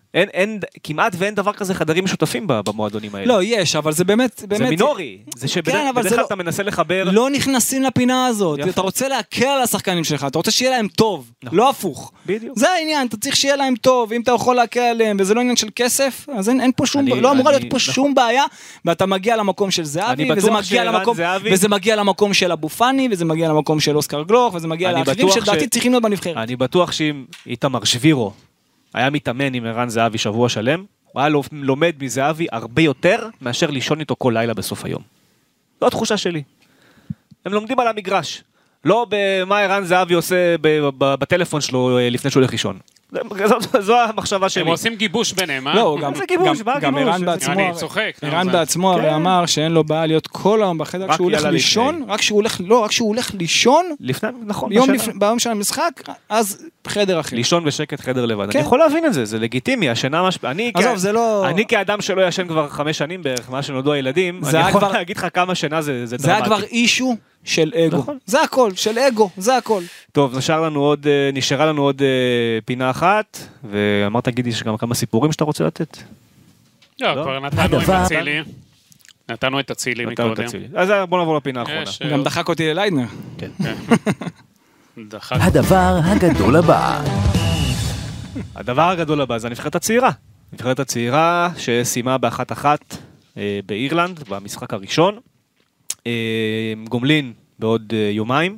אין, אין, כמעט ואין דבר כזה חדרים משותפים במועדונים האלה. לא, יש, אבל זה באמת... באמת זה מינורי. זה שבדרך כלל לא, אתה מנסה לחבר... לא נכנסים לפינה הזאת. יפה. אתה רוצה להקל על השחקנים שלך, אתה רוצה שיהיה להם טוב, נכון. לא הפוך. בדיוק. זה העניין, אתה צריך שיהיה להם טוב, אם אתה יכול להקל עליהם, וזה לא עניין של כסף, אז אין, אין פה שום... אני, לא אמורה אני, להיות פה נכון. שום בעיה, ואתה מגיע למקום של זהבי, וזה מגיע למקום, זהבי... וזה מגיע למקום של אבו פאני, וזה מגיע למקום של אוסקר גלוך, וזה מגיע לאחרים שלדעתי ש... צריכים להיות בנבחרת. אני בטוח שאם איתמר שבירו היה מתאמן עם ערן זהבי שבוע שלם, הוא היה לומד מזהבי הרבה יותר מאשר לישון איתו כל לילה בסוף היום. זו התחושה שלי. הם לומדים על המגרש. לא במה ערן זהבי עושה בטלפון שלו לפני שהוא הולך לישון. זו המחשבה שלי. הם עושים גיבוש ביניהם, אה? לא, גם, גיבוש, גם, גם ערן בעצמו, אני צוחק. ערן בעצמו הרי אמר שאין לו בעיה להיות כל היום בחדר כשהוא הולך לישון, רק שהוא הולך, לא, רק שהוא הולך לישון, לפני, נכון, יום לפני, ביום של המשחק, אז חדר אחר. לישון בשקט, חדר לבד. אני יכול להבין את זה, זה לגיטימי, השינה מש... עזוב, זה לא... אני כאדם שלא ישן כבר חמש שנים בערך, מה שנולדו הילדים, אני יכול להגיד לך כמה שינה זה דרמטי. זה היה כבר אישו של אגו. זה הכל, של אגו, זה הכל. טוב, נשאר לנו עוד, נשארה לנו עוד פינה אחת, ואמרת, תגידי שגם כמה סיפורים שאתה רוצה לתת. לא, כבר נתנו את הצילי. נתנו את הצילי מקודם. אז בוא נעבור לפינה האחרונה. גם דחק אותי לליידנר. כן. הדבר הגדול הבא. הדבר הגדול הבא זה הנבחרת הצעירה. הנבחרת הצעירה שסיימה באחת אחת באירלנד, במשחק הראשון. גומלין בעוד יומיים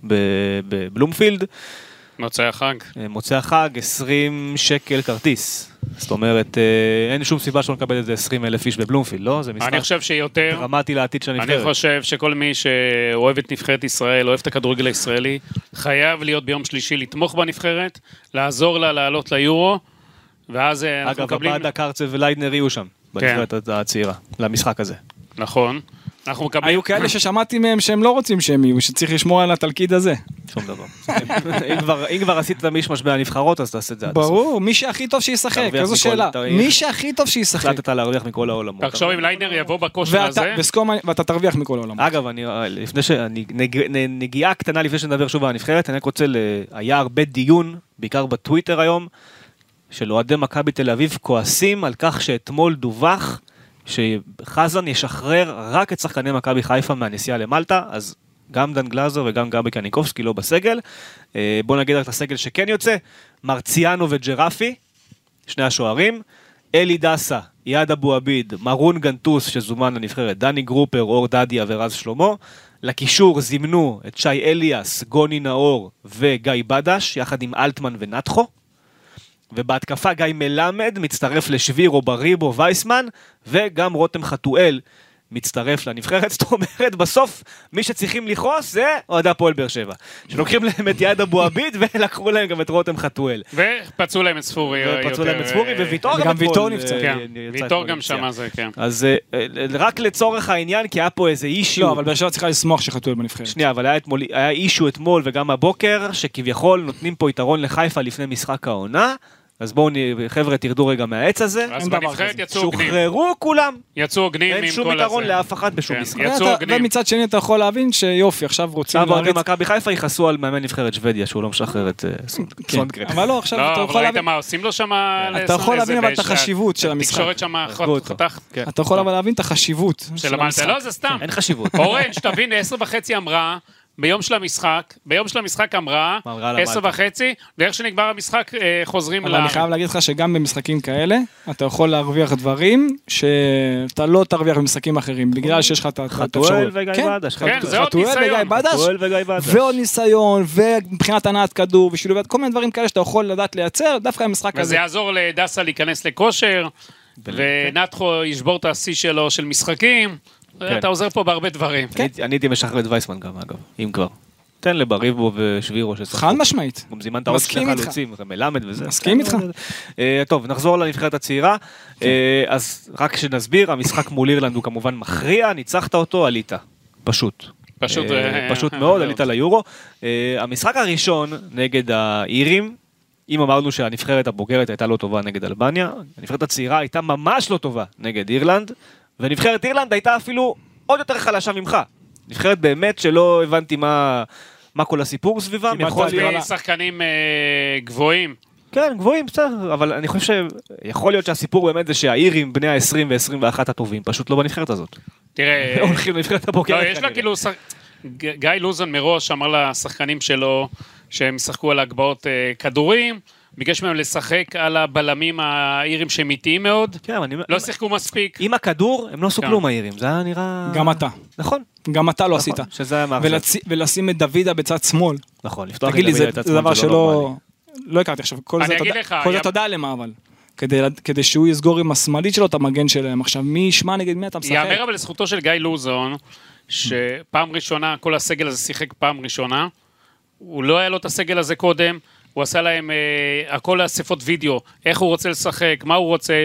בבלומפילד. מוצאי החג. מוצאי החג, עשרים שקל כרטיס. זאת אומרת, אין שום סיבה שלא נקבל את זה עשרים אלף איש בבלומפילד, לא? זה משחק אני חושב שיותר... דרמטי לעתיד של הנבחרת. אני חושב שכל מי שאוהב את נבחרת ישראל, אוהב את הכדורגל הישראלי, חייב להיות ביום שלישי לתמוך בנבחרת, לעזור לה לעלות ליורו, ואז אנחנו מקבלים... אגב, הבאדה קרצב וליידנר יהיו שם, בנבחרת הצעירה, למשחק הזה. נכון. אנחנו מקבלים... היו כאלה ששמעתי מהם שהם לא רוצים שהם יהיו, שצריך לשמור על התלכיד הזה. שום דבר. אם כבר עשית מישמש מהנבחרות, אז תעשה את זה עד הסוף. ברור, מי שהכי טוב שישחק, איזו שאלה. מי שהכי טוב שישחק. החלטת להרוויח מכל העולמות. תחשוב אם ליידנר יבוא בכושר הזה. ואתה תרוויח מכל העולמות. אגב, לפני ש... נגיעה קטנה לפני שנדבר שוב על הנבחרת, אני רק רוצה... היה הרבה דיון, בעיקר בטוויטר היום, של אוהדי מכבי תל אביב כועסים על כך שאתמול דווח שחזן ישחרר רק את שחקני מכבי חיפה מהנסיעה למלטה, אז גם דן גלאזר וגם גבי קניקובסקי לא בסגל. בוא נגיד רק את הסגל שכן יוצא, מרציאנו וג'רפי, שני השוערים, אלי דסה, יעד אבו עביד, מרון גנטוס שזומן לנבחרת, דני גרופר, אור דדיה ורז שלמה, לקישור זימנו את שי אליאס, גוני נאור וגיא בדש, יחד עם אלטמן ונתחו, ובהתקפה גיא מלמד מצטרף לשבירו בריבו וייסמן, וגם רותם חתואל מצטרף לנבחרת. זאת אומרת, בסוף מי שצריכים לכעוס זה אוהדי הפועל באר שבע, שלוקחים להם את יעד אבו עביד ולקחו להם גם את רותם חתואל. ופצעו להם את ספורי. ופצעו להם את ספורי, וויתור גם ויתור נפצע. כן, ויתור גם שמה זה, כן. אז רק לצורך העניין, כי היה פה איזה אישו. לא, אבל באר שבע צריכה לשמוח שחתואל בנבחרת. שנייה, אבל היה אישו אתמול וגם הבוקר, שכביכול נותנים פה יתרון לחיפה לפני משחק העונה. אז בואו, חבר'ה, תרדו רגע מהעץ הזה. אז בנבחרת יצאו הוגנים. שוחררו כולם. יצאו הוגנים עם כל הזה. אין שום יתרון לאף אחד בשום משחק. יצאו הוגנים. ומצד שני אתה יכול להבין שיופי, עכשיו רוצים להריץ. עכשיו מכבי חיפה יכעסו על מאמן נבחרת שוודיה, שהוא לא משחרר את סונגרן. אבל לא, עכשיו אתה יכול להבין. מה עושים לו שם... אתה יכול להבין אבל את החשיבות של המשחק. תקשורת שם חתך. אתה יכול אבל להבין את החשיבות של המשחק. לא, זה סתם. אין חשיבות. אורן, שתבין, עשר וחצי אמרה, ביום של המשחק, ביום של המשחק אמרה, עשר וחצי, ואיך שנגמר המשחק חוזרים ל... אבל אני חייב להגיד לך שגם במשחקים כאלה, אתה יכול להרוויח דברים שאתה לא תרוויח במשחקים אחרים, בגלל שיש לך את האפשרות. חתואל וגיא בדש. כן, זה עוד ניסיון. חתואל וגיא בדש. ועוד ניסיון, ומבחינת הנעת כדור, ושילוב, כל מיני דברים כאלה שאתה יכול לדעת לייצר, דווקא המשחק הזה. וזה יעזור לדסה להיכנס לכושר, ונתחו ישבור את השיא שלו של משחקים. אתה עוזר פה בהרבה דברים. אני הייתי משחרר את וייסמן גם, אגב, אם כבר. תן לבריבו ושבירו ששחקו. חד משמעית. גם זימנת עוד שני חלוצים, מלמד וזה. מסכים איתך. טוב, נחזור לנבחרת הצעירה. אז רק שנסביר, המשחק מול אירלנד הוא כמובן מכריע, ניצחת אותו, עלית. פשוט. פשוט. פשוט מאוד, עלית ליורו. המשחק הראשון נגד האירים, אם אמרנו שהנבחרת הבוגרת הייתה לא טובה נגד אלבניה, הנבחרת הצעירה הייתה ממש לא טובה נגד אירלנד, ונבחרת אירלנד הייתה אפילו עוד יותר חלשה ממך. נבחרת באמת שלא הבנתי מה, מה כל הסיפור סביבם. יכול להיות שחקנים גבוהים כן, גבוהים, בסדר, אבל אני חושב שיכול להיות שהסיפור באמת זה שהאירים בני ה-עשרים ו-עשרים ואחת הטובים, פשוט לא בנבחרת הזאת. תראה... הולכים לנבחרת הבוקרת. לא, יש לה כאילו... גיא לוזון מראש אמר לשחקנים שלו שהם ישחקו על הגבעות כדורים, ביקש מהם לשחק על הבלמים האירים שהם איטיים מאוד, לא שיחקו מספיק. עם הכדור הם לא סוכלו מהאירים, זה היה נראה... גם אתה. נכון. גם אתה לא עשית. שזה היה מאחר. ולשים את דוידה בצד שמאל. נכון, לפתוח את תגיד לי, דוידה זה בצד שמאל דבר שלא... לא הכרתי עכשיו. כל זה אתה יודע למה, אבל. כדי שהוא יסגור עם השמאלית שלו את המגן שלהם. עכשיו, מי ישמע נגד מי אתה משחק? יאמר אבל לזכותו של גיא לוזון, שפעם ראשונה, כל הסגל הזה שיחק פעם ראשונה, הוא לא היה לו את הסגל הזה קודם, הוא עשה להם אה, הכל אספות וידאו, איך הוא רוצה לשחק, מה הוא רוצה,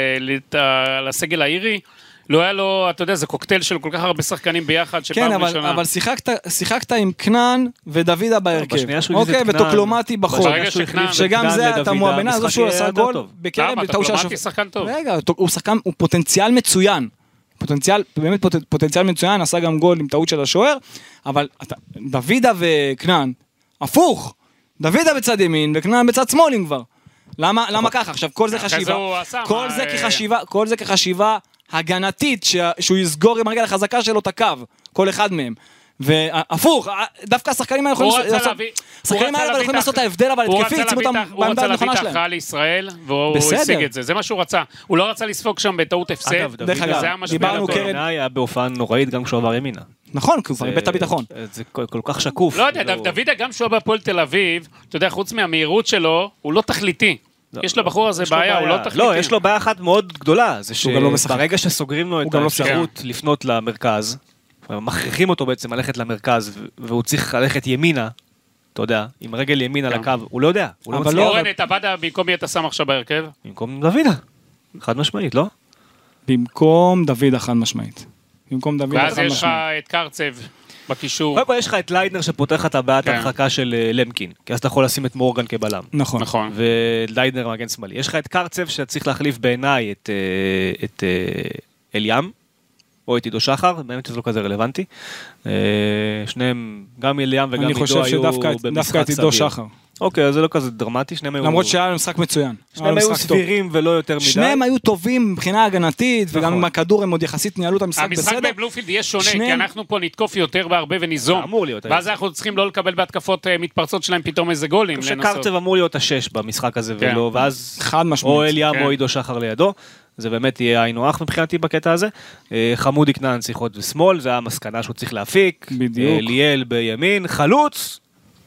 ולסגל האירי, לא היה לו, אתה יודע, זה קוקטייל של כל כך הרבה שחקנים ביחד, שפעם כן, אבל, ראשונה... אבל שיחקת, שיחקת עם קנן ודוידה בהרכב. אוקיי, וטוקלומטי בחור. שגם זה, אתה מואבנה, זו שהוא עשה גול, בקרב, טוקלומטי שחקן טוב. רגע, הוא שחקן, הוא פוטנציאל מצוין. פוטנציאל, באמת פוטנציאל מצוין, עשה גם גול עם טעות של השוער, אבל דוידה וקנן, הפוך, דוידה בצד ימין וקנן בצד שמאל כבר. למה, למה ככה? עכשיו, כל זה חשיבה, כל זה כחשיבה, כל זה כחשיבה הגנתית, שהוא יסגור עם הרגל החזקה שלו את הקו, כל אחד מהם. והפוך, דווקא השחקנים האלה יכולים לעשות את ההבדל, אבל התקפי, יציבו אותם בעמדה הנכונה שלהם. הוא רצה להביא את ההכרעה לישראל, והוא השיג את זה. זה מה שהוא רצה. הוא לא רצה לספוג שם בטעות הפסד. דרך אגב, דיברנו קרן. היה בהופעה נוראית גם כשהוא עבר ימינה. נכון, כי הוא כבר בית הביטחון. זה כל כך שקוף. לא יודע, דוידה גם שהוא בהפועל תל אביב, אתה יודע, חוץ מהמהירות שלו, הוא לא תכליתי. יש לבחור הזה בעיה, הוא לא תכליתי. לא, יש לו בעיה אחת מאוד גדולה, זה שברגע שסוגרים לו את האפשרות לפנות למרכז, מכריחים אותו בעצם ללכת למרכז, והוא צריך ללכת ימינה, אתה יודע, עם רגל ימין על הקו, הוא לא יודע. אבל לא... אורן, את עבדה במקום מי אתה שם עכשיו בהרכב? במקום דוידה, חד משמעית, לא? במקום דוידה חד משמעית. במקום דוידה חד משמעית. ואז יש לך את קרצב בקישור. קודם כל יש לך את ליידנר שפותח את הבעיית ההרחקה של למקין, כי אז אתה יכול לשים את מורגן כבלם. נכון. נכון. וליידנר מגן שמאלי. יש לך את קרצב שצריך להחליף בעיניי את אליאם, או את עידו שחר, באמת שזה לא כזה רלוונטי. שניהם, גם אליאם וגם עידו היו במשחק סביר. אני חושב שדווקא את עידו שחר. אוקיי, אז זה לא כזה דרמטי, שניהם היו... למרות שהיה משחק מצוין. שניהם היו סבירים ולא יותר מדי. שניהם היו טובים מבחינה הגנתית, וגם עם הכדור הם עוד יחסית ניהלו את המשחק בסדר. המשחק בבלומפילד יהיה שונה, כי אנחנו פה נתקוף יותר בהרבה וניזום. אמור להיות. ואז אנחנו צריכים לא לקבל בהתקפות מתפרצות שלהם פתאום איזה גולים. שקרצב אמור להיות השש במשחק הזה, ולא, ואז... חד משמעית. או אליאם או עידו שחר לידו. זה באמת יהיה היינו הך מבחינתי בקטע הזה. חמודי כנען צריך להיות בשמאל, זה המסקנה שהוא צריך להפיק. בדיוק. ליאל בימין, חלוץ.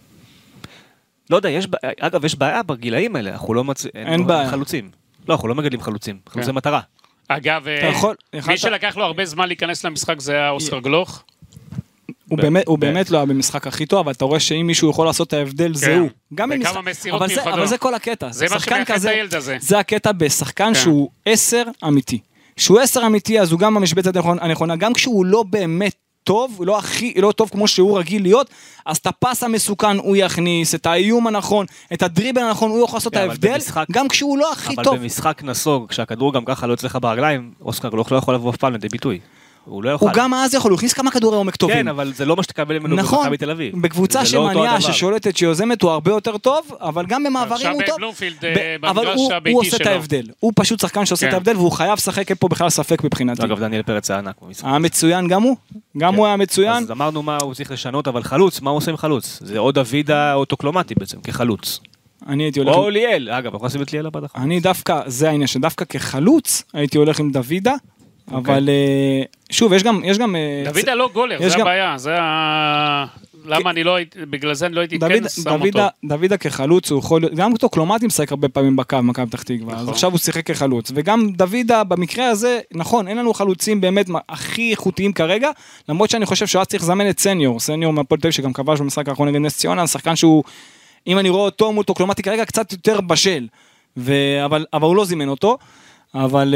לא יודע, יש, אגב, יש בעיה בגילאים האלה, אנחנו לא מצ... אין בעיה. חלוצים. לא, אנחנו לא מגדלים חלוצים, חלוצי מטרה. אגב, מי שלקח לו הרבה זמן להיכנס למשחק זה היה אוסקר גלוך. הוא באמת, הוא באמת לא היה במשחק הכי טוב, אבל אתה רואה שאם מישהו יכול לעשות את ההבדל, זה הוא. וכמה מסירות מיוחדות. אבל זה כל הקטע. זה מה שמייחד את הילד הזה. זה הקטע בשחקן שהוא עשר אמיתי. שהוא עשר אמיתי, אז הוא גם במשבצת הנכונה, גם כשהוא לא באמת טוב, לא הכי, לא טוב כמו שהוא רגיל להיות, אז את הפס המסוכן הוא יכניס, את האיום הנכון, את הדריבל הנכון, הוא יכול לעשות את ההבדל, גם כשהוא לא הכי טוב. אבל במשחק נסוג, כשהכדור גם ככה לא אצלך ברגליים, אוסקר גלוך לא יכול לבוא אף פעם לידי ביטוי. הוא לא יכול. הוא גם אז יכול, הוא הכניס כמה כדורי עומק טובים. כן, אבל זה לא מה שתקבל ממנו במכבי תל אביב. בקבוצה שמניעה, ששולטת, שיוזמת, הוא הרבה יותר טוב, אבל גם במעברים הוא טוב. אבל הוא עושה את ההבדל. הוא פשוט שחקן שעושה את ההבדל, והוא חייב לשחק פה בכלל ספק מבחינתי. אגב, דניאל פרץ היה ענק במשחק. היה מצוין גם הוא. גם הוא היה מצוין. אז אמרנו מה הוא צריך לשנות, אבל חלוץ, מה הוא עושה עם חלוץ? זה או דוידה או טוקלומטי בעצם, כחלוץ. אני הייתי הולך... או ליאל, אגב, אנחנו עושים את ליאל הבא. אני דווקא, זה העניין, שדווקא כחלוץ הייתי הולך עם דוידה, אבל שוב, יש גם... דוידה לא גולר, זה הבעיה, זה ה... למה אני לא הייתי, בגלל זה אני לא הייתי כן שם אותו. דוידה כחלוץ, הוא יכול... גם טוקלומטי משחק הרבה פעמים בקו, מכבי פתח תקווה, אז עכשיו הוא שיחק כחלוץ, וגם דוידה במקרה הזה, נכון, אין לנו חלוצים באמת הכי איכותיים כרגע, למרות שאני חושב שהוא היה צריך לזמן את סניור, סניור מהפועל תל אביב שגם כבש במשחק האחרון נגד נס ציונה, שחקן שהוא, אם אני רואה אותו מול טוקלומטי כרגע, קצת יותר בשל, אבל הוא לא זימן אותו, אבל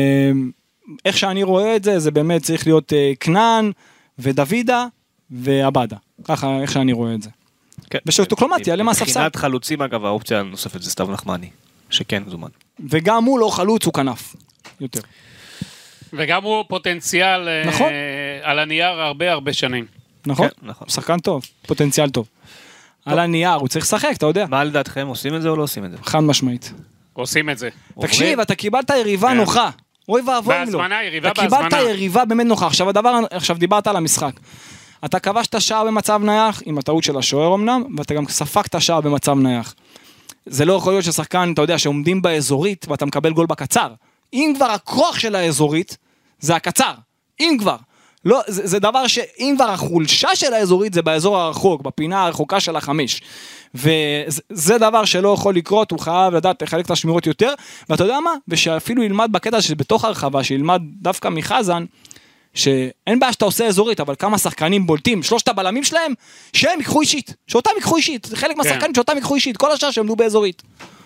איך שאני רואה את זה, זה באמת צריך להיות כנען ודוידה ועבדה. ככה, איך שאני רואה את זה. ושטוקלומטיה, למה ספסל? מבחינת חלוצים, אגב, האופציה הנוספת זה סתיו נחמני, שכן זומן. וגם הוא לא חלוץ, הוא כנף. יותר. וגם הוא פוטנציאל על הנייר הרבה הרבה שנים. נכון, שחקן טוב, פוטנציאל טוב. על הנייר, הוא צריך לשחק, אתה יודע. מה לדעתכם, עושים את זה או לא עושים את זה? חד משמעית. עושים את זה. תקשיב, אתה קיבלת יריבה נוחה. אוי ואבוי אם לא. בהזמנה, יריבה אתה בהזמנה. קיבלת יריבה באמת נוחה. עכשיו הדבר, עכשיו דיברת על המשחק. אתה כבשת שער במצב נייח, עם הטעות של השוער אמנם, ואתה גם ספקת שער במצב נייח. זה לא יכול להיות ששחקן, אתה יודע, שעומדים באזורית, ואתה מקבל גול בקצר. אם כבר הכוח של האזורית, זה הקצר. אם כבר. לא, זה, זה דבר שאם כבר החולשה של האזורית, זה באזור הרחוק, בפינה הרחוקה של החמש. וזה זה דבר שלא יכול לקרות, הוא חייב לדעת לחלק את השמירות יותר, ואתה יודע מה? ושאפילו ילמד בקטע שבתוך הרחבה, שילמד דווקא מחזן, שאין בעיה שאתה עושה אזורית, אבל כמה שחקנים בולטים, שלושת הבלמים שלהם, שהם יקחו אישית, שאותם יקחו אישית, זה חלק מהשחקנים שאותם יקחו אישית, כל השאר שעמדו באזורית.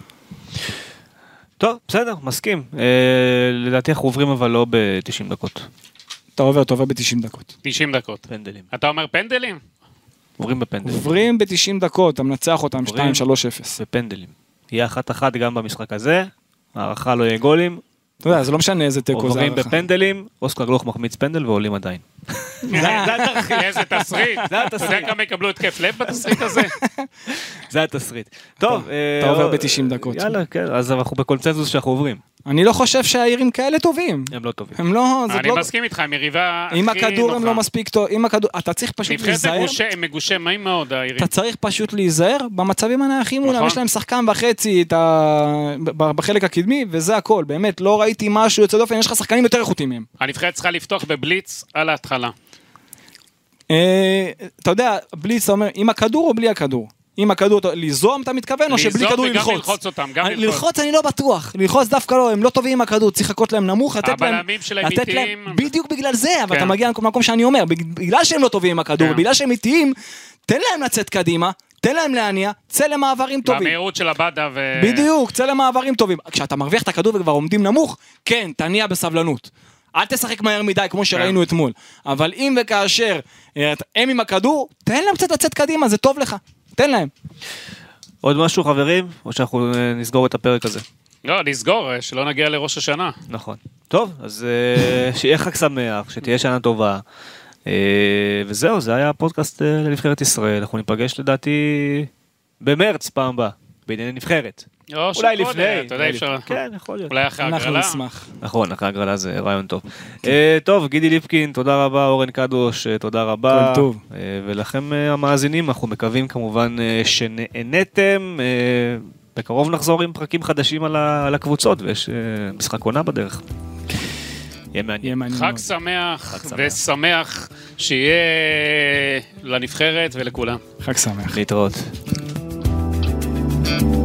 טוב, בסדר, מסכים. אה, לדעתי אנחנו עוברים אבל לא ב-תשעים דקות. אתה עובר, אתה עובר ב-תשעים דקות. תשעים דקות. פנדלים. אתה אומר פנדלים? עוברים בפנדלים. עוברים ב-תשעים דקות, אתה מנצח אותם שתיים שלוש אפס. בפנדלים. יהיה אחת אחת גם במשחק הזה, הערכה לא יהיה גולים. אתה יודע, זה לא משנה איזה תיקו זה עוברים הערכה. בפנדלים, אוסקר גלוך מחמיץ פנדל ועולים עדיין. איזה תסריט. אתה יודע כמה יקבלו התקף לב בתסריט הזה? זה התסריט. טוב. אתה עובר ב-תשעים דקות. יאללה, כן, אז אנחנו בקונצנזוס שאנחנו עוברים. אני לא חושב שהעירים כאלה טובים. הם לא טובים. הם לא... אני מסכים איתך, עם יריבה הכי עם נוחה. הכדור הם לא מספיק טוב, עם הכדור... אתה צריך פשוט להיזהר. נבחרת מגושמים מאוד, העירים. אתה צריך פשוט להיזהר במצבים הנייחים מולם, יש להם שחקן וחצי בחלק הקדמי, וזה הכל, באמת, לא ראיתי משהו יוצא דופן, יש לך שחקנים יותר איכותיים מהם. הנבחרת צריכה לפתוח בבליץ על ההתחלה. אתה יודע, בליץ, אתה אומר, עם הכדור או בלי הכדור? עם הכדור, ליזום אתה מתכוון, או שבלי כדור ללחוץ? וגם ללחוץ אותם, גם ללחוץ. ללחוץ אני לא בטוח, ללחוץ דווקא לא, הם לא טובים עם הכדור, צריך לחכות להם נמוך, לתת להם... הבלמים שלהם איטיים. בדיוק בגלל זה, אבל אתה מגיע למקום שאני אומר, בגלל שהם לא טובים עם הכדור, בגלל שהם איטיים, תן להם לצאת קדימה, תן להם להניע, צא למעברים טובים. במהירות של הבאדה ו... בדיוק, צא למעברים טובים. כשאתה מרוויח את הכדור וכבר עומדים נמוך, כן, תניע בסבלנות. אל תשחק מהר מדי, כמו שראינו אתמול. אבל אם וכאשר הם עם הכדור, תן להם קצת לצאת קדימה, זה טוב לך. תן להם. עוד משהו חברים, או שאנחנו נסגור את הפרק הזה? לא, נסגור, שלא נגיע לראש השנה. נכון. טוב, אז שיהיה חג שמח, שתהיה שנה טובה. וזהו, זה היה הפודקאסט לנבחרת ישראל. אנחנו ניפגש לדעתי במרץ פעם הבאה, בענייני נבחרת. אולי לפני. אתה יודע, אפשר... כן, יכול להיות. אולי אחרי הגרלה. אנחנו נשמח. נכון, אחרי הגרלה זה רעיון טוב. טוב, גידי ליפקין, תודה רבה, אורן קדוש, תודה רבה. כל טוב. ולכם המאזינים, אנחנו מקווים כמובן שנהנתם. בקרוב נחזור עם פרקים חדשים על הקבוצות, ויש משחק עונה בדרך. יהיה מעניין. חג שמח, ושמח שיהיה לנבחרת ולכולם. חג שמח. להתראות.